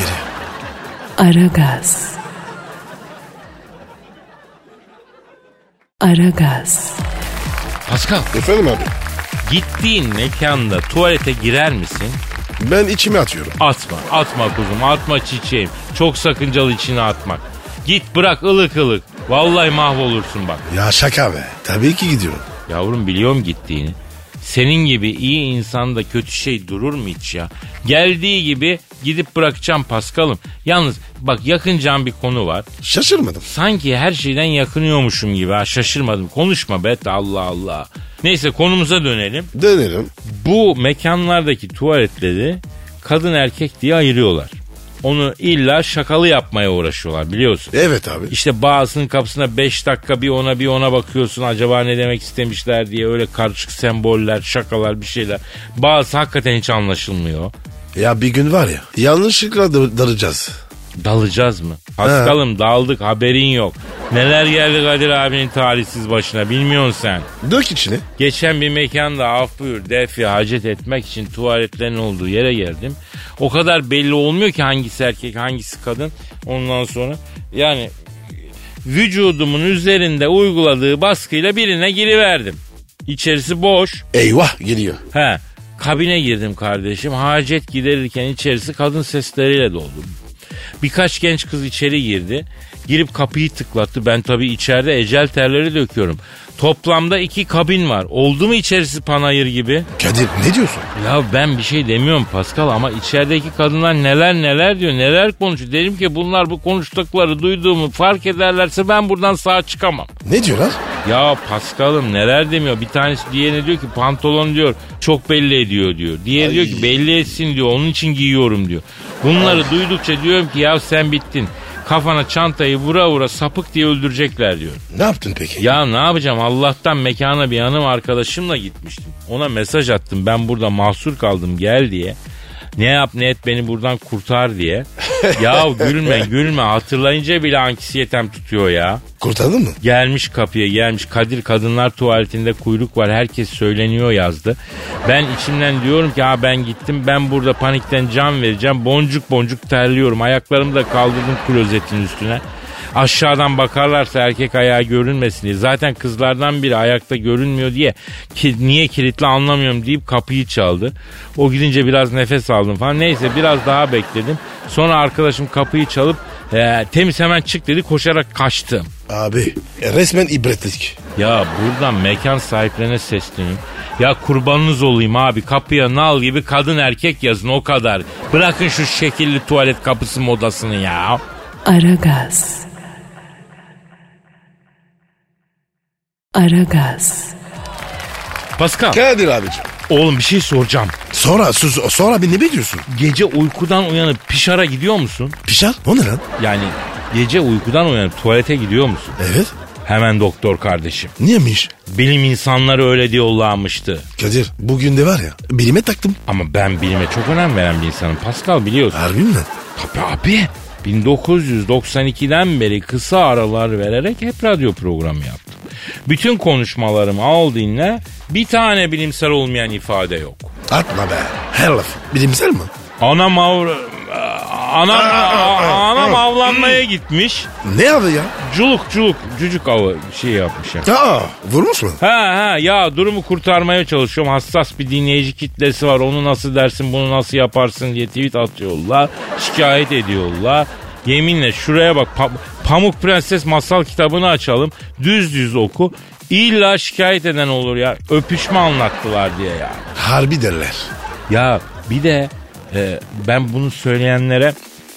Aragaz.
Pascal.
Efendim abi?
Gittiğin mekanda tuvalete girer misin?
Ben içime atıyorum.
Atma kuzum, atma çiçeğim. Çok sakıncalı içine atmak. Git bırak ılık. Vallahi mahvolursun bak.
Ya şaka be. Tabii ki gidiyorum.
Yavrum biliyorum gittiğini. Senin gibi iyi insanda kötü şey durur mu hiç ya? Geldiği gibi gidip bırakacağım Paskal'ım. Yalnız bak yakınacağım bir konu var.
Şaşırmadım.
Sanki her şeyden yakınıyormuşum gibi ha, şaşırmadım. Konuşma be Allah Allah. Neyse konumuza dönelim. Bu mekanlardaki tuvaletleri kadın erkek diye ayırıyorlar. Onu illa şakalı yapmaya uğraşıyorlar biliyorsun.
Evet abi.
İşte bazısının kapısına 5 dakika bir ona bakıyorsun. Acaba ne demek istemişler diye öyle karışık semboller, şakalar bir şeyler. Bazısı hakikaten hiç anlaşılmıyor.
Ya bir gün var ya yanlışlıkla dalacağız.
Dalacağız mı? Paskal'ım daldık haberin yok. Neler geldi Kadir abinin talihsiz başına bilmiyorsun sen.
Dök içine.
Geçen bir mekanda af buyur defi hacet etmek için tuvaletlerin olduğu yere geldim. O kadar belli olmuyor ki hangisi erkek hangisi kadın. Ondan sonra yani vücudumun üzerinde uyguladığı baskıyla birine giriverdim. İçerisi boş.
Eyvah geliyor.
Kabine girdim kardeşim. Hacet giderirken içerisi kadın sesleriyle doldu. Birkaç genç kız içeri girdi. Girip kapıyı tıklattı. Ben tabii içeride ecel terleri döküyorum. Toplamda 2 kabin var. Oldu mu içerisi panayır gibi?
Kadir ne diyorsun?
Ya ben bir şey demiyorum Pascal ama içerideki kadınlar neler diyor, neler konuşuyor. Dedim ki bunlar bu konuştukları duyduğumu fark ederlerse ben buradan sağ çıkamam.
Ne diyorlar?
Ya Pascal'ım neler demiyor. Bir tanesi diğerine diyor ki pantolon diyor çok belli ediyor diyor. Diğeri diyor ki belli etsin diyor onun için giyiyorum diyor. Bunları duydukça diyorum ki ya sen bittin. Kafana çantayı vura sapık diye öldürecekler diyor.
Ne yaptın peki?
Ya ne yapacağım Allah'tan mekana bir hanım arkadaşımla gitmiştim. Ona mesaj attım ben burada mahsur kaldım gel diye. Ne yap ne et beni buradan kurtar diye. Ya gülme hatırlayınca bile anksiyetem tutuyor ya.
Kurtardın mı?
Gelmiş kapıya gelmiş Kadir kadınlar tuvaletinde kuyruk var herkes söyleniyor yazdı. Ben içimden diyorum ki ben gittim ben burada panikten can vereceğim boncuk boncuk terliyorum. Ayaklarımı da kaldırdım klozetin üstüne. Aşağıdan bakarlarsa erkek ayağı görünmesin diye. Zaten kızlardan biri ayakta görünmüyor diye niye kilitli anlamıyorum deyip kapıyı çaldı. O gidince biraz nefes aldım falan. Neyse biraz daha bekledim. Sonra arkadaşım kapıyı çalıp temiz hemen çık dedi koşarak kaçtım.
Abi resmen ibretlik.
Ya buradan mekan sahiplerine sesleniyorum. Ya kurbanınız olayım abi kapıya nal gibi kadın erkek yazın o kadar. Bırakın şu şekilli tuvalet kapısı modasını ya.
Aragaz.
Pascal.
Kadir abicim.
Oğlum bir şey soracağım.
Sonra bir ne bekliyorsun?
Gece uykudan uyanıp pişara gidiyor musun?
Pişar? O ne lan?
Yani gece uykudan uyanıp tuvalete gidiyor musun?
Evet.
Hemen doktor kardeşim.
Niyemiş?
Bilim insanları öyle diyorlarmıştı.
Kadir bugün de var ya bilime taktım.
Ama ben bilime çok önem veren bir insanım. Pascal biliyorsun.
Harbi mi?
Tabii abi. 1992'den beri kısa aralar vererek hep radyo programı yaptım. Bütün konuşmalarımı al dinle bir tane bilimsel olmayan ifade yok.
Atma be. Her laf. Bilimsel mi?
Anam avlanmaya gitmiş.
Ne avı ya?
Cücük avı şey yapmış ya.
Vurmuş mu?
Ya durumu kurtarmaya çalışıyorum. Hassas bir dinleyici kitlesi var. Onu nasıl dersin bunu nasıl yaparsın diye tweet atıyorlar. Şikayet ediyorlar. Yeminle şuraya bak Pamuk Prenses masal kitabını açalım. Düz düz oku. İlla şikayet eden olur ya. Öpüşme anlattılar diye ya.
Harbi derler.
Ya bir de ben bunu söyleyenlere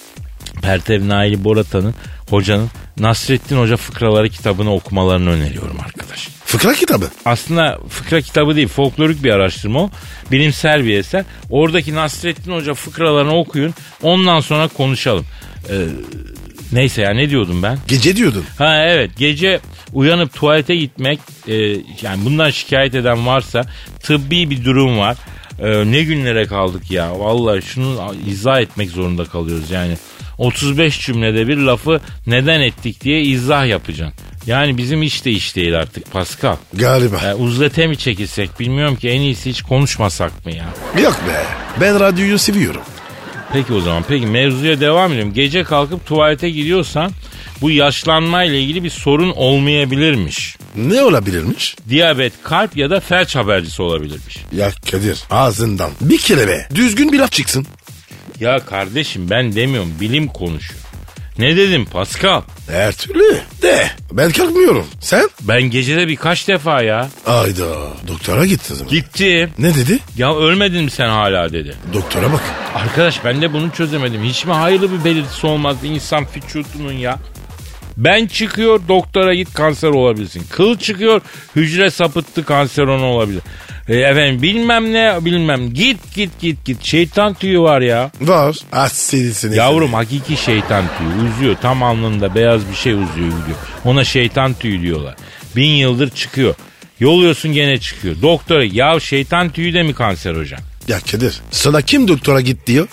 Pertev Naili Boratan'ın hocanın Nasrettin Hoca Fıkraları kitabını okumalarını öneriyorum arkadaş.
Fıkra kitabı.
Aslında fıkra kitabı değil, folklorik bir araştırma o. Bilimsel bir eser. Oradaki Nasrettin Hoca fıkralarını okuyun. Ondan sonra konuşalım. Neyse ya, ne diyordum ben?
Gece diyordun.
Ha evet, gece uyanıp tuvalete gitmek, yani bundan şikayet eden varsa tıbbi bir durum var. Ne günlere kaldık ya. Vallahi şunu izah etmek zorunda kalıyoruz yani. 35 cümlede bir lafı neden ettik diye izah yapacaksın. Yani bizim iş de iş değil artık Pascal.
Galiba.
Uzlete mi çekilsek bilmiyorum ki, en iyisi hiç konuşmasak mı ya?
Yok be, ben radyoyu seviyorum.
Peki o zaman, peki mevzuya devam edelim. Gece kalkıp tuvalete gidiyorsan bu yaşlanmayla ilgili bir sorun olmayabilirmiş.
Ne olabilirmiş?
Diyabet, kalp ya da felç habercisi olabilirmiş.
Ya Kadir, ağzından bir kere be düzgün bir laf çıksın.
Ya kardeşim, ben demiyorum, bilim konuşuyor. Ne dedim Pascal?
Her türlü de ben kalkmıyorum. Sen?
Ben gecede birkaç defa ya.
Ayda doktora gittin zaman.
Gittim.
Ne dedi?
Ya ölmedin mi sen hala dedi.
Doktora bak.
Arkadaş ben de bunu çözemedim. Hiç mi hayırlı bir belirtisi olmaz insan vücudunun ya? Ben çıkıyor, doktora git, kanser olabilirsin. Kıl çıkıyor, hücre sapıttı, kanseron olabilir. Efendim bilmem git. Şeytan tüyü var ya.
Var. Serisini.
Yavrum hakiki şeytan tüyü uzuyor. Tam alnında beyaz bir şey uzuyor gidiyor. Ona şeytan tüyü diyorlar. 1000 yıldır çıkıyor. Yoluyorsun gene çıkıyor. Doktora ya şeytan tüyü de mi kanser hocam?
Ya Kadir, sana kim doktora git diyor?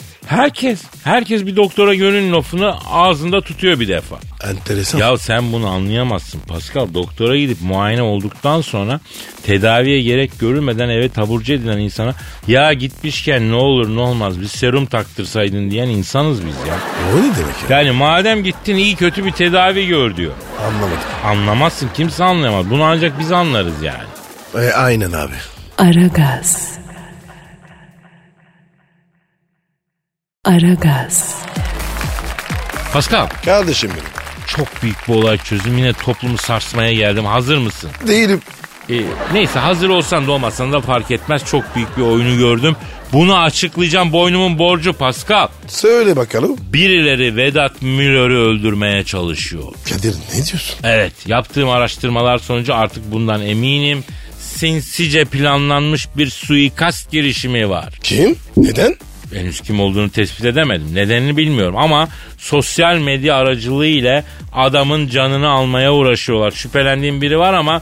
Herkes bir doktora gönül lafını ağzında tutuyor bir defa.
Enteresan.
Ya sen bunu anlayamazsın Pascal. Doktora gidip muayene olduktan sonra tedaviye gerek görülmeden eve taburcu edilen insana ya gitmişken ne olur ne olmaz bir serum taktırsaydın diyen insanız biz ya.
O ne demek ya?
Yani madem gittin iyi kötü bir tedavi gör diyor.
Anlamadım.
Anlamazsın, kimse anlayamaz. Bunu ancak biz anlarız yani.
Aynen abi.
Aragaz.
Pascal,
Kardeşim benim.
çok büyük bir olay çözdüm. Yine toplumu sarsmaya geldim. Hazır mısın?
Değilim.
Neyse, hazır olsan da olmasan da fark etmez. Çok büyük bir oyunu gördüm. Bunu açıklayacağım, boynumun borcu Pascal.
Söyle bakalım.
Birileri Vedat Milor'u öldürmeye çalışıyor.
Kadir ne diyorsun?
Evet, yaptığım araştırmalar sonucu artık bundan eminim. Sinsice planlanmış bir suikast girişimi var.
Kim? Neden?
Henüz kim olduğunu tespit edemedim. Nedenini bilmiyorum ama sosyal medya aracılığıyla adamın canını almaya uğraşıyorlar. Şüphelendiğim biri var ama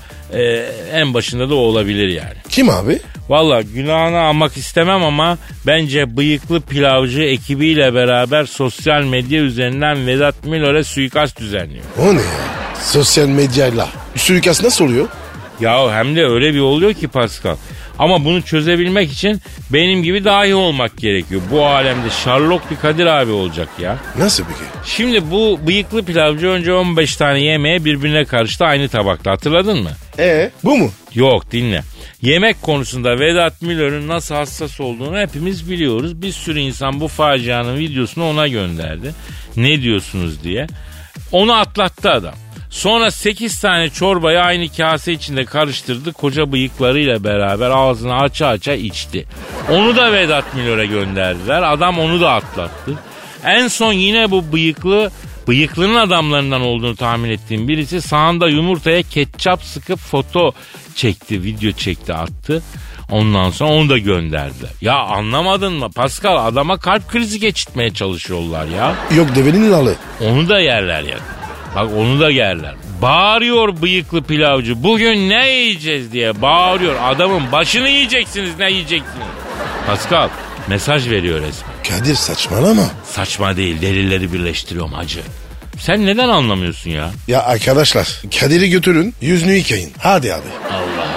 en başında da o olabilir yani.
Kim abi?
Valla günahını almak istemem ama bence bıyıklı pilavcı ekibiyle beraber sosyal medya üzerinden Vedat Milor'a suikast düzenliyor.
O ne ya? Sosyal medyayla. Suikast nasıl oluyor?
Ya hem de öyle bir oluyor ki Pascal. Ama bunu çözebilmek için benim gibi dahi olmak gerekiyor. Bu alemde Sherlock bir Kadir abi olacak ya.
Nasıl peki?
Şimdi bu bıyıklı pilavcı önce 15 tane yemeğe birbirine karıştı aynı tabakta, hatırladın mı?
Bu mu?
Yok, dinle. Yemek konusunda Vedat Milor'un nasıl hassas olduğunu hepimiz biliyoruz. Bir sürü insan bu facianın videosunu ona gönderdi. Ne diyorsunuz diye. Onu atlattı adam. Sonra 8 tane çorbayı aynı kase içinde karıştırdı. Koca bıyıklarıyla beraber ağzını aça içti. Onu da Vedat Milor'a gönderdiler. Adam onu da atlattı. En son yine bu bıyıklının adamlarından olduğunu tahmin ettiğim birisi sağında yumurtaya ketçap sıkıp foto çekti, video çekti, attı. Ondan sonra onu da gönderdiler. Ya anlamadın mı Pascal, adama kalp krizi geçirtmeye çalışıyorlar ya.
Yok, devenin nalı.
Onu da yerler ya. Bak onu da yerler. Bağırıyor bıyıklı pilavcı. Bugün ne yiyeceğiz diye bağırıyor. Adamın başını yiyeceksiniz, ne yiyeceksiniz? Pascal mesaj veriyor resmen.
Kadir saçmalama.
Saçma değil, delilleri birleştiriyorum hacı. Sen neden anlamıyorsun ya?
Ya arkadaşlar, Kadir'i götürün, yüzünü yıkayın. Hadi abi.
Allah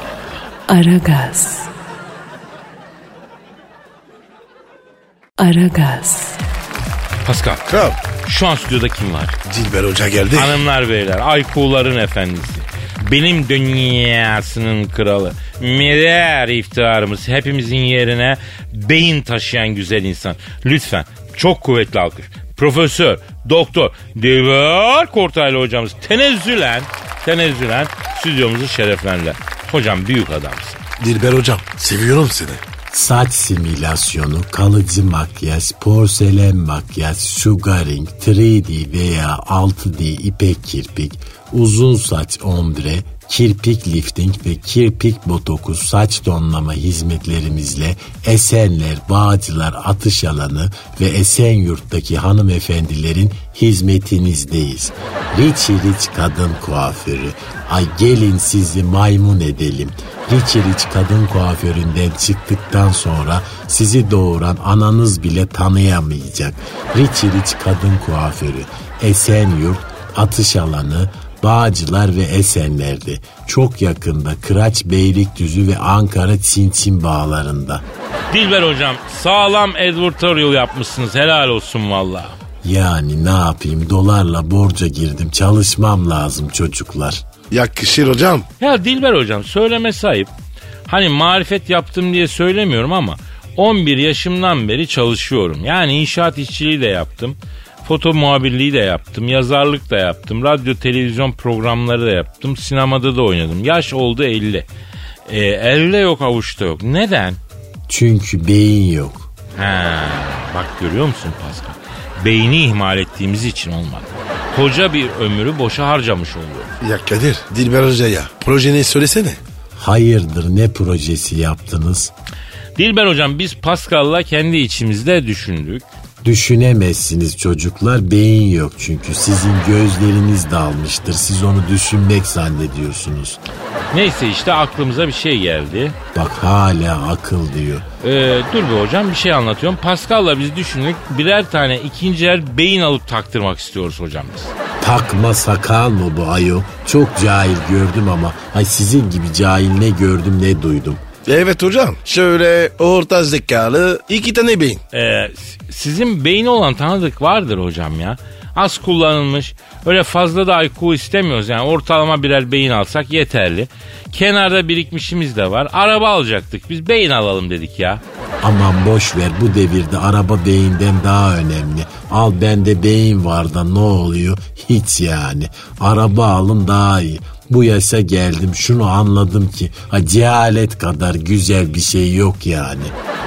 Allah.
Aragaz.
Pascal,
Kral.
şu an stüdyoda kim var?
Dilber Hoca geldi.
Hanımlar beyler, aykuların efendisi, bilim dünyasının kralı, milyar iftiharımız, hepimizin yerine beyin taşıyan güzel insan. Lütfen çok kuvvetli alkış. Profesör, Doktor Dilber Kortaylı hocamız tenezzülen stüdyomuzu şereflendiler. Hocam büyük adamsın.
Dilber hocam seviyorum seni.
Saç simülasyonu, kalıcı makyaj, porselen makyaj, sugaring, 3D veya 6D ipek kirpik, uzun saç ombre, kirpik lifting ve kirpik botokus saç tonlama hizmetlerimizle Esenler, Bağcılar Atış Alanı ve Esenyurt'taki hanımefendilerin hizmetinizdeyiz. Rich kadın kuaförü. Ay gelin sizi maymun edelim. Rich kadın kuaföründen çıktıktan sonra sizi doğuran ananız bile tanıyamayacak. Rich kadın kuaförü. Esenyurt, Atış Alanı, Bağcılar ve Esenler'de. Çok yakında Kıraç Beylikdüzü ve Ankara Çin bağlarında.
Dilber hocam sağlam advertorial yapmışsınız, helal olsun valla.
Yani ne yapayım, dolarla borca girdim, çalışmam lazım çocuklar.
Yakışır hocam.
Ya Dilber hocam söyleme sahip. Hani marifet yaptım diye söylemiyorum ama 11 yaşımdan beri çalışıyorum. Yani inşaat işçiliği de yaptım. Foto muhabirliği de yaptım. Yazarlık da yaptım. Radyo televizyon programları da yaptım. Sinemada da oynadım. Yaş oldu 50. Elde yok avuçta yok. Neden?
Çünkü beyin yok.
Bak görüyor musun Pascal? Beyni ihmal ettiğimiz için olmadı. Koca bir ömrü boşa harcamış oluyor.
Ya Kadir, Dilber hocaya projeni söylesene.
Hayırdır, ne projesi yaptınız?
Dilber hocam biz Pascal'la kendi içimizde düşündük.
Düşünemezsiniz çocuklar, beyin yok çünkü sizin gözleriniz dalmıştır. Siz onu düşünmek zannediyorsunuz.
Neyse işte aklımıza bir şey geldi.
Bak hala akıl diyor.
Dur be hocam bir şey anlatıyorum. Pascal'la biz düşündük, birer tane ikinci el beyin alıp taktırmak istiyoruz hocam biz.
Takma sakal mı bu ayol? Çok cahil gördüm ama sizin gibi cahil ne gördüm ne duydum.
Evet hocam. Şöyle orta zekalı 2 tane beyin.
Sizin beyni olan tanıdık vardır hocam ya. Az kullanılmış. Öyle fazla da IQ istemiyoruz yani. Ortalama birer beyin alsak yeterli. Kenarda birikmişimiz de var. Araba alacaktık. Biz beyin alalım dedik ya.
Aman boş ver, bu devirde araba beyinden daha önemli. Al bende beyin var da ne oluyor? Hiç yani. Araba alın daha iyi. Bu yaşa geldim, şunu anladım ki cehalet kadar güzel bir şey yok yani.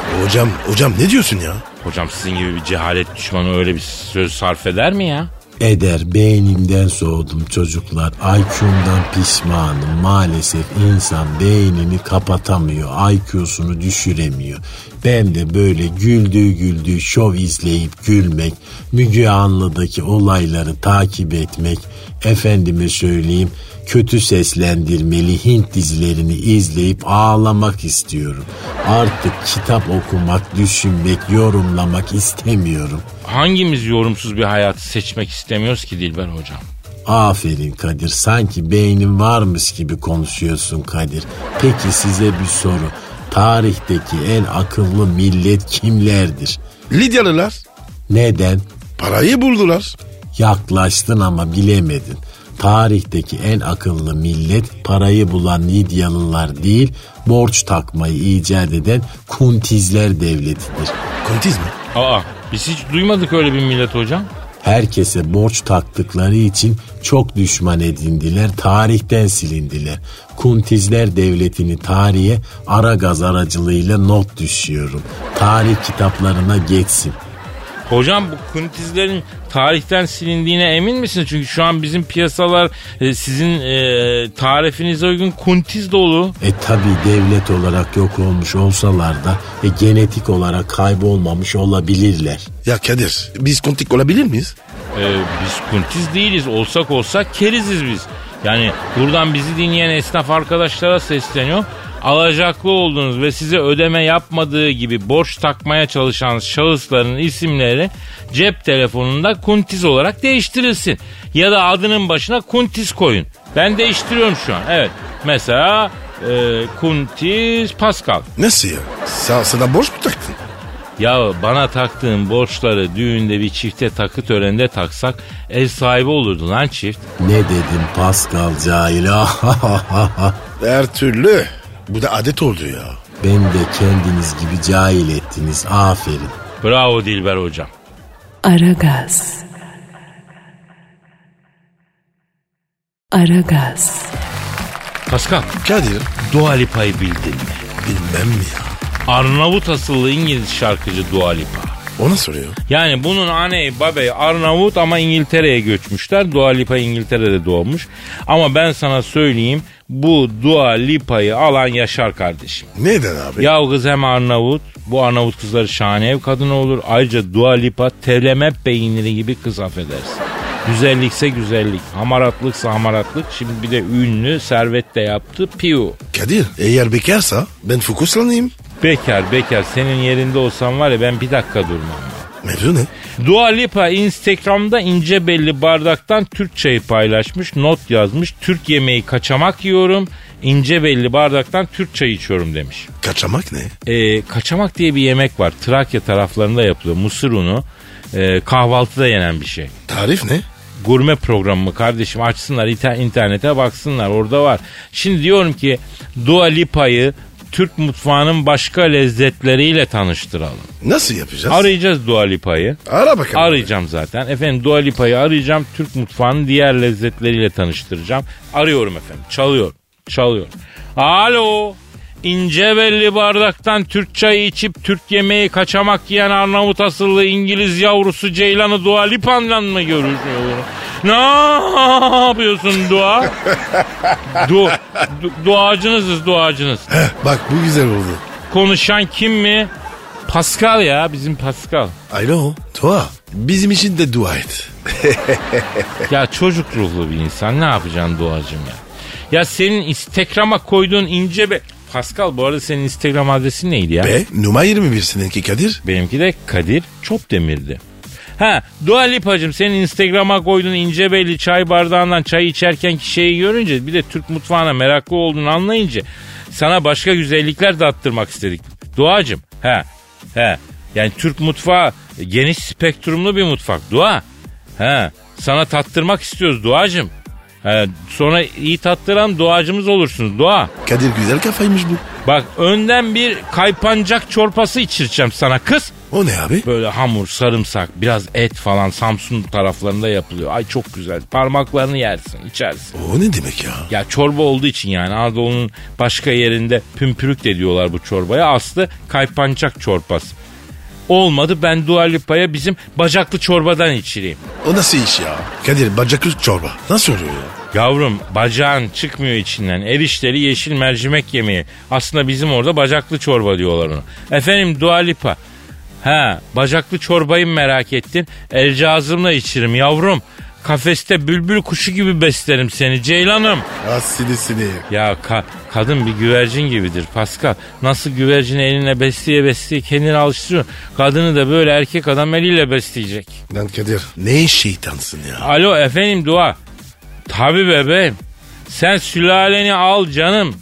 Hocam ne diyorsun ya?
Hocam sizin gibi bir cehalet düşmanı öyle bir söz sarf eder mi ya?
Eder, beynimden soğudum çocuklar. IQ'mdan pişmanım. Maalesef insan beynini kapatamıyor. IQ'sunu düşüremiyor. Ben de böyle güldüğü şov izleyip gülmek, Müge Anlı'daki olayları takip etmek, efendime söyleyeyim kötü seslendirmeli Hint dizilerini izleyip ağlamak istiyorum. Artık kitap okumak, düşünmek, yorumlamak istemiyorum.
Hangimiz yorumsuz bir hayatı seçmek istemiyoruz ki Dilber hocam?
Aferin Kadir, sanki beynin varmış gibi konuşuyorsun Kadir. Peki size bir soru. Tarihteki en akıllı millet kimlerdir?
Lidyalılar.
Neden?
Parayı buldular.
Yaklaştın ama bilemedin. Tarihteki en akıllı millet parayı bulan Lidyalılar değil, borç takmayı icat eden Kuntizler devletidir.
Kuntiz mi?
Biz hiç duymadık öyle bir millet hocam.
Herkese borç taktıkları için çok düşman edindiler, tarihten silindiler. Kuntizler devletini tarihe Aragaz aracılığıyla not düşüyorum. Tarih kitaplarına geçsin.
Hocam bu Kuntizlerin tarihten silindiğine emin misiniz? Çünkü şu an bizim piyasalar sizin tarifinize uygun Kuntiz dolu.
Tabi devlet olarak yok olmuş olsalar da genetik olarak kaybolmamış olabilirler.
Ya Kadir, biz kuntik olabilir miyiz?
Biz Kuntiz değiliz. Olsak keriziz biz. Yani buradan bizi dinleyen esnaf arkadaşlara sesleniyor. Alacaklı olduğunuz ve size ödeme yapmadığı gibi borç takmaya çalışan şahısların isimleri cep telefonunda Kuntiz olarak değiştirilsin. Ya da adının başına Kuntiz koyun. Ben değiştiriyorum şu an. Evet. Mesela Kuntiz Pascal.
Nasıl ya? Sana borç mu taktın?
Ya bana taktığın borçları düğünde bir çifte takı töreninde taksak ev sahibi olurdu lan çift.
Ne dedim Pascal cahil?
Her türlü. Bu da adet oldu ya.
Ben de kendiniz gibi cahil ettiniz. Aferin.
Bravo Dilber hocam.
Aragaz. Aragaz.
Pascal,
Kadir.
Dua Lipa'yı bildin mi?
Bilmem mi ya?
Arnavut asıllı İngiliz şarkıcı Dua Lipa.
O nasıl oluyor?
Yani bunun anneyi babayı Arnavut ama İngiltere'ye göçmüşler. Dua Lipa İngiltere'de doğmuş. Ama ben sana söyleyeyim, bu Dua Lipa'yı alan Yaşar kardeşim.
Neden abi?
Ya kız hem Arnavut, bu Arnavut kızları şahane ev kadını olur. Ayrıca Dua Lipa teleme peyniri gibi kız, affedersin. Güzellikse güzellik, hamaratlıksa hamaratlık. Şimdi bir de ünlü, servet de yaptı, piu.
Kadir eğer bekarsa ben fokuslanayım.
Bekar, senin yerinde olsam var ya ben bir dakika durmam.
Mevzu ne?
Dua Lipa Instagram'da ince belli bardaktan Türk çayı paylaşmış, not yazmış. Türk yemeği kaçamak yiyorum, ince belli bardaktan Türk çayı içiyorum demiş.
Kaçamak ne?
Kaçamak diye bir yemek var, Trakya taraflarında yapılıyor. Mısır unu, kahvaltıda yenen bir şey.
Tarif ne?
Gurme programı mı kardeşim, açsınlar internete baksınlar, orada var. Şimdi diyorum ki Dua Lipa'yı Türk mutfağının başka lezzetleriyle tanıştıralım.
Nasıl yapacağız?
Arayacağız Dua Lipa'yı.
Ara bakalım.
Arayacağım zaten. Efendim Dua Lipa'yı arayacağım. Türk mutfağının diğer lezzetleriyle tanıştıracağım. Arıyorum efendim. Çalıyor. Alo. İnce belli bardaktan Türk çayı içip Türk yemeği kaçamak yiyen Arnavut asıllı İngiliz yavrusu Ceylan'ı Dua Lipa'ndan mı görüşüyor? Ne yapıyorsun Dua? Duacınızız.
Bak bu güzel oldu.
Konuşan kim mi? Pascal ya, bizim Pascal.
Alo Dua. Bizim için de dua et.
Ya çocuk ruhlu bir insan, ne yapacaksın Duacığım ya? Ya senin Instagram'a koyduğun ince be... Pascal, bu arada senin Instagram adresin neydi ya?
Numara 21 seninki Kadir.
Benimki de Kadir Çopdemir'di. Ha, Dua Lipa'cığım, senin Instagram'a koyduğun ince belli çay bardağından çay içerken ki şeyi görünce, bir de Türk mutfağına meraklı olduğunu anlayınca sana başka güzellikler tattırmak istedik. Duacığım, yani Türk mutfağı geniş spektrumlu bir mutfak Dua. Sana tattırmak istiyoruz Duacığım. Sonra iyi tattıran duacımız olursunuz Dua.
Kadir güzel kafaymış bu.
Bak, önden bir kaypancak çorbası içireceğim sana kız.
O ne abi?
Böyle hamur, sarımsak, biraz et falan, Samsun taraflarında yapılıyor. Ay çok güzel. Parmaklarını yersin, içersin.
O ne demek ya?
Ya çorba olduğu için, yani Anadolu'nun başka yerinde pümpürük de diyorlar bu çorbaya. Aslı kaypancak çorbası. Olmadı, ben Dua Lipa'ya bizim bacaklı çorbadan içireyim.
O nasıl iş ya? Kadir bacaklı çorba. Nasıl oluyor ya?
Yavrum, bacağın çıkmıyor içinden. Erişteli yeşil mercimek yemeği. Aslında bizim orada bacaklı çorba diyorlar ona. Efendim Dua Lipa. Bacaklı çorbayı merak ettin. El cazımla içirim yavrum. Kafeste bülbül kuşu gibi beslerim seni Ceylan'ım.
Seni.
Ya kadın bir güvercin gibidir Pascal. Nasıl güvercini eline besleye kendini alıştırıyor. Kadını da böyle erkek adam eliyle besleyecek.
Lan Kadir ne şeytansın ya.
Alo efendim Dua. Tabii bebeğim. Sen sülaleni al canım.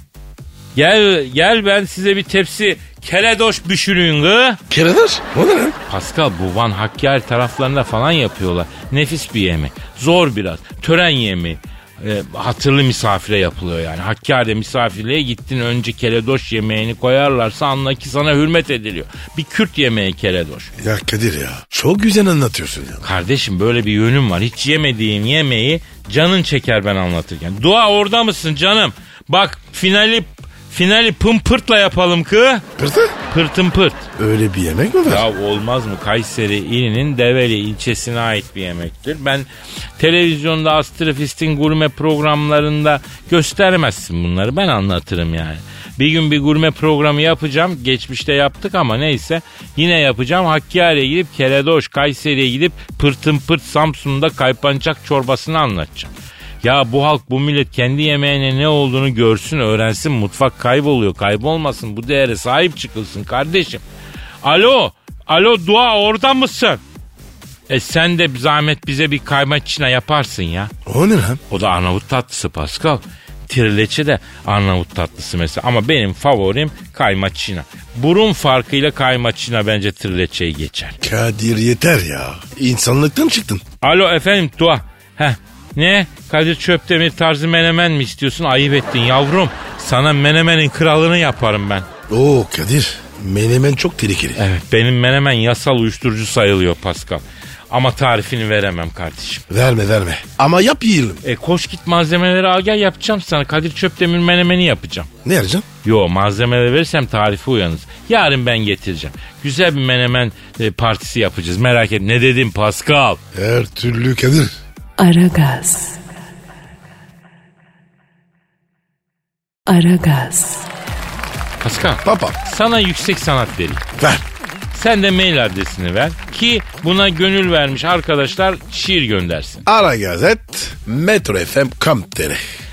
Gel ben size bir tepsi keledoş pişireyim gı.
Keledoş? O ne lan?
Pascal, bu Van Hakkari taraflarında falan yapıyorlar. Nefis bir yemek. Zor biraz. Tören yemeği. Hatırlı misafire yapılıyor yani. Hakkari'de misafirliğe gittin, önce keledoş yemeğini koyarlarsa anla ki sana hürmet ediliyor. Bir Kürt yemeği keledoş.
Ya Kadir ya çok güzel anlatıyorsun ya.
Kardeşim, böyle bir yönüm var. Hiç yemediğim yemeği canın çeker ben anlatırken. Dua, orada mısın canım? Bak finali pımpırtla yapalım kı.
Pırtı?
Pırtın pırt.
Öyle bir yemek mi var?
Ya olmaz mı? Kayseri ilinin Develi ilçesine ait bir yemektir. Ben televizyonda Astrofist'in gurme programlarında göstermezsin bunları. Ben anlatırım yani. Bir gün bir gurme programı yapacağım. Geçmişte yaptık ama neyse. Yine yapacağım. Hakkari'ye gidip keledoş, Kayseri'ye gidip pırtın pırt Samsun'da kaypancak çorbasını anlatacağım. Ya bu halk, bu millet kendi yemeğine ne olduğunu görsün, öğrensin. Mutfak kayboluyor, kaybolmasın. Bu değere sahip çıkılsın kardeşim. Alo Dua, orada mısın? Sen de zahmet bize bir kaymaçına yaparsın ya.
O ne lan?
O da Arnavut tatlısı Pascal. Trileçe de Arnavut tatlısı mesela. Ama benim favorim kaymaçina. Burun farkıyla kaymaçina bence trileçeyi geçer.
Kadir yeter ya. İnsanlıktan çıktın.
Alo efendim Dua. Ne? Kadir Çöptemir tarzı menemen mi istiyorsun? Ayıp ettin yavrum. Sana menemenin kralını yaparım ben.
Oo Kadir, menemen çok tehlikeli.
Evet, benim menemen yasal uyuşturucu sayılıyor Pascal. Ama tarifini veremem kardeşim.
Verme. Ama yap yiyelim.
Koş git malzemeleri al gel yapacağım sana. Kadir Çöptemir menemeni yapacağım.
Ne yapacaksın?
Yo malzemeleri verirsem tarifi uyanız. Yarın ben getireceğim. Güzel bir menemen partisi yapacağız. Merak et. Ne dedim Pascal?
Her türlü Kadir.
Aragaz. Aragaz.
Pascal.
Papa.
Sana yüksek sanat vereyim.
Ver.
Sen de mail adresini ver ki buna gönül vermiş arkadaşlar şiir göndersin.
Aragaz@metrofm.com.tr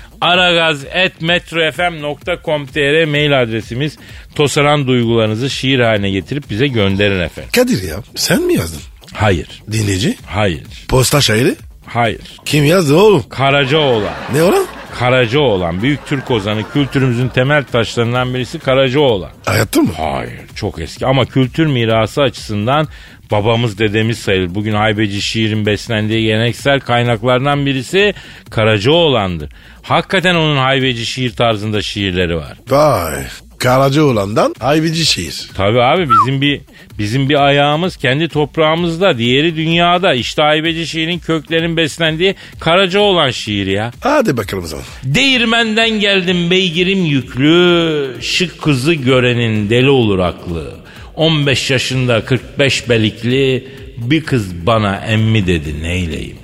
aragaz@metrofm.com.tr mail adresimiz. Tosaran duygularınızı şiir haline getirip bize gönderin efendim.
Kadir ya sen mi yazdın?
Hayır.
Dinleyici?
Hayır.
Posta şairi?
Hayır.
Kim yazdı oğlum?
Karacaoğlan.
Ne olan?
Karacaoğlan. Büyük Türk ozanı, kültürümüzün temel taşlarından birisi Karacaoğlan.
Hayatta mı?
Hayır. Çok eski ama kültür mirası açısından babamız dedemiz sayılır. Bugün haybeci şiirin beslendiği geleneksel kaynaklardan birisi Karacaoğlan'dır. Hakikaten onun haybeci şiir tarzında şiirleri var.
Vay. Karacaoğlan'dan Haybici şiir.
Tabii abi bizim bir ayağımız kendi toprağımızda, diğeri dünyada. İşte haybeci şiirin köklerin beslendiği Karacaoğlan şiiri ya.
Hadi bakalım o zaman.
Değirmenden geldim beygirim yüklü, şık kızı görenin deli olur aklı. 15 yaşında 45 belikli bir kız bana emmi dedi neyleyim.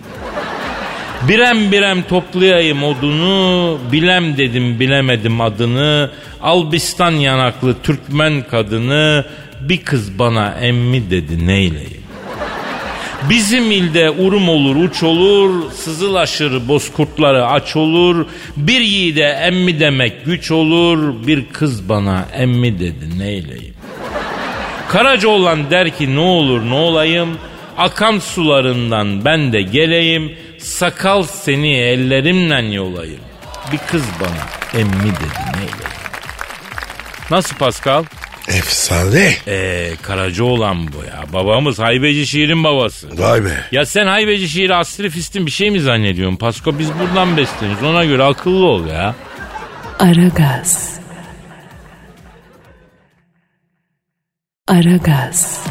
Birem toplayayım odunu, bilem dedim bilemedim adını. Albistan yanaklı Türkmen kadını, bir kız bana emmi dedi neyleyim. Bizim ilde urum olur uç olur, sızılaşır bozkurtları aç olur. Bir yiğide emmi demek güç olur, bir kız bana emmi dedi neyleyim. Karacaoğlan der ki ne olur ne olayım, akan sularından ben de geleyim, sakal seni ellerimle yolayım. Bir kız bana emmi dedi neyleyim. Nasıl Pascal?
Efsane.
Karacaoğlan bu ya. Babamız haybeci şiirin babası.
Vay be.
Ya sen haybeci şiiri asri fistin bir şey mi zannediyorsun Pasko? Biz buradan besleniyoruz. Ona göre akıllı ol ya.
Aragaz. Aragaz.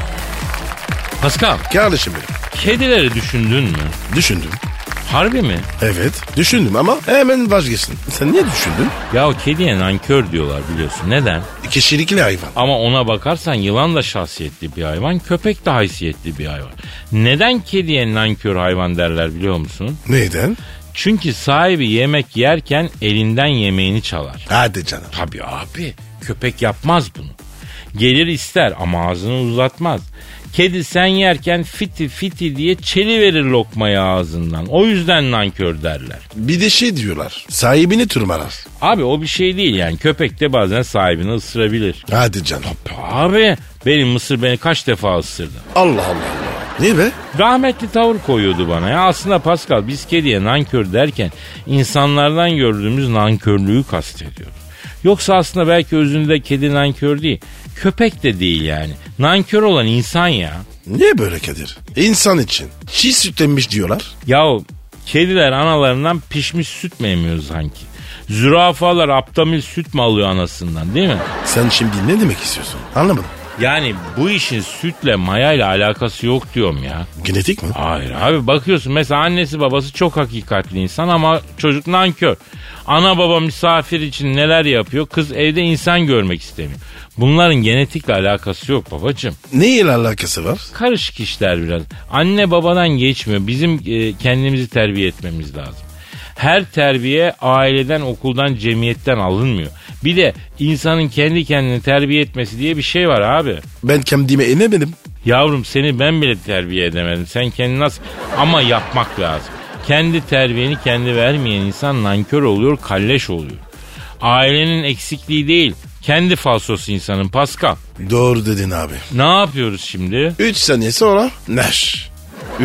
Pascal,
Kardeşim benim.
kedileri düşündün mü?
Düşündüm.
Harbi mi?
Evet. Düşündüm ama hemen vazgeçtim. Sen niye düşündün?
Ya o kediye nankör diyorlar biliyorsun. Neden?
Kişilikli hayvan.
Ama ona bakarsan yılan da şahsiyetli bir hayvan, köpek de haysiyetli bir hayvan. Neden kediye nankör hayvan derler biliyor musun?
Neden?
Çünkü sahibi yemek yerken elinden yemeğini çalar.
Hadi canım.
Tabii abi, köpek yapmaz bunu. Gelir ister ama ağzını uzatmaz. Kedi sen yerken fiti diye çeliverir lokmayı ağzından. O yüzden nankör derler.
Bir de şey diyorlar. Sahibini tırmalar.
Abi o bir şey değil yani. Köpek de bazen sahibini ısırabilir.
Hadi canım.
Abi benim mısır beni kaç defa ısırdı.
Allah. Ne be?
Rahmetli tavır koyuyordu bana ya. Aslında Pascal biz kediye nankör derken insanlardan gördüğümüz nankörlüğü kastediyoruz. Yoksa aslında belki özünde kedi nankör değil. Köpek de değil yani. Nankör olan insan ya.
Niye böyle Kadir? İnsan için. Çiğ süt emmiş diyorlar.
Yahu kediler analarından pişmiş süt mü emiyor sanki? Zürafalar aptamil süt mü alıyor anasından değil mi?
Sen şimdi ne demek istiyorsun? Anlamadım.
Yani bu işin sütle mayayla alakası yok diyorum ya.
Genetik mi?
Hayır abi bakıyorsun mesela annesi babası çok hakikatli insan ama çocuk nankör. Ana baba misafir için neler yapıyor? Kız evde insan görmek istemiyor. Bunların genetikle alakası yok babacığım.
Ne ile alakası var?
Karışık işler biraz. Anne babadan geçmiyor. Bizim kendimizi terbiye etmemiz lazım. Her terbiye aileden, okuldan, cemiyetten alınmıyor. Bir de insanın kendi kendini terbiye etmesi diye bir şey var abi.
Ben kendime enemedim.
Yavrum seni ben bile terbiye edemedim. Sen kendini nasıl... Ama yapmak lazım. Kendi terbiyeni kendi vermeyen insan nankör oluyor, kalleş oluyor. Ailenin eksikliği değil, kendi falsosu insanın Pascal.
Doğru dedin abi.
Ne yapıyoruz şimdi?
3 saniye sonra neş. 3,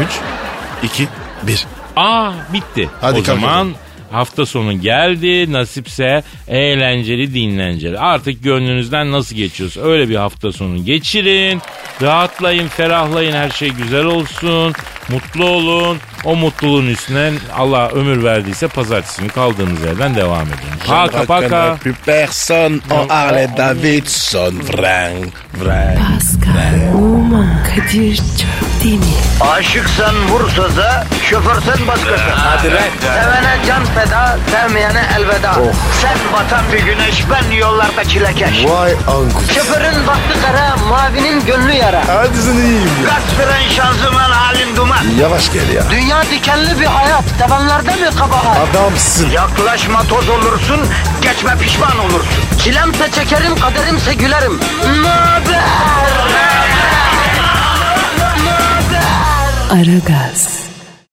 2, 1.
Bitti.
Hadi
o zaman
kalkalım.
hafta sonu geldi. Nasipse eğlenceli dinlenceli. Artık gönlünüzden nasıl geçiyorsa öyle bir hafta sonu geçirin. Rahatlayın, ferahlayın, her şey güzel olsun. Mutlu olun. O mutluluğun üstüne Allah ömür verdiyse pazartesi günü kaldığımız yerden devam edelim. Paka paka.
Personne en Harley Davidson. Vrang, vrang.
Pascal, Oman, Kadir çok değil mi?
Aşıksan vursa da, şoförsen başkasın.
Hadi lan.
Sevene can feda, sevmeyene elveda. Sen batan bir güneş, ben yollarda çilekeş.
Vay anku.
Şoförün baktı kara, mavinin gönlü yara.
Hadi sen iyiyim ya.
Kasperen şanzıman halin duman.
Yavaş gel ya.
Dünya dikenli bir hayat, sevenlerde mi kabahar?
Adamsın.
Yaklaşma toz olursun, geçme pişman olursun. Çilemse çekerim, kaderimse gülerim. Möber!
Aragaz.